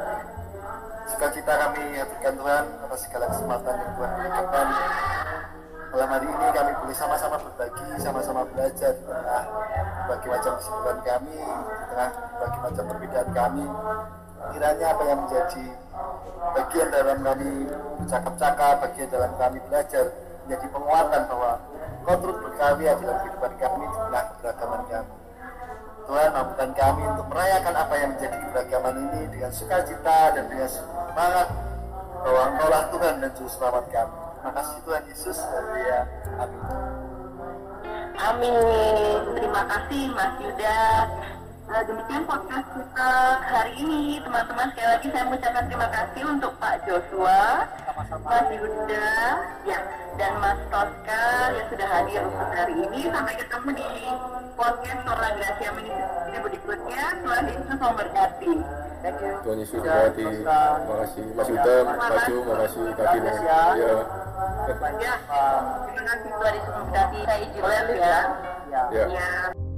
Sukacita kami aturkan Tuhan atas segala kesempatan yang Tuhan berikan. Malam hari ini kami boleh sama-sama berbagi, sama-sama belajar di tengah berbagai macam kesibukan kami, di tengah berbagai macam perbedaan kami. Kiranya apa yang menjadi bagian dalam kami bercakap-cakap, bagian dalam kami belajar, menjadi penguatan bahwa Kau turut berkarya dalam kehidupan kami di tengah keberagaman kami. Tuhan, mampukan kami untuk merayakan apa yang menjadi keberagaman ini dengan sukacita dan dengan semangat bahwa Engkaulah Tuhan dan Juru Selamat kami. Terima kasih Tuhan Yesus. Haleluya. Amin. Amin. Terima kasih Mas Yuda. Nah, demikian podcast kita hari ini, teman-teman. Sekali lagi saya mengucapkan terima kasih untuk Pak Joshua, Mas Yuda, ya, dan Mas Toska yang sudah hadir untuk hari ini. Sampai ketemu di podcast Sola Gracia Ministry berikutnya. Tuhan Yesus memberkati. Thank you. Tuhan Yesus memberkati. Terima kasih Mas Yuda, Maju, terima kasih Kak Dina. Ya. Ya, terima kasih Tuhan Yesus memberkati. Saya izin ya. Ya. Ya.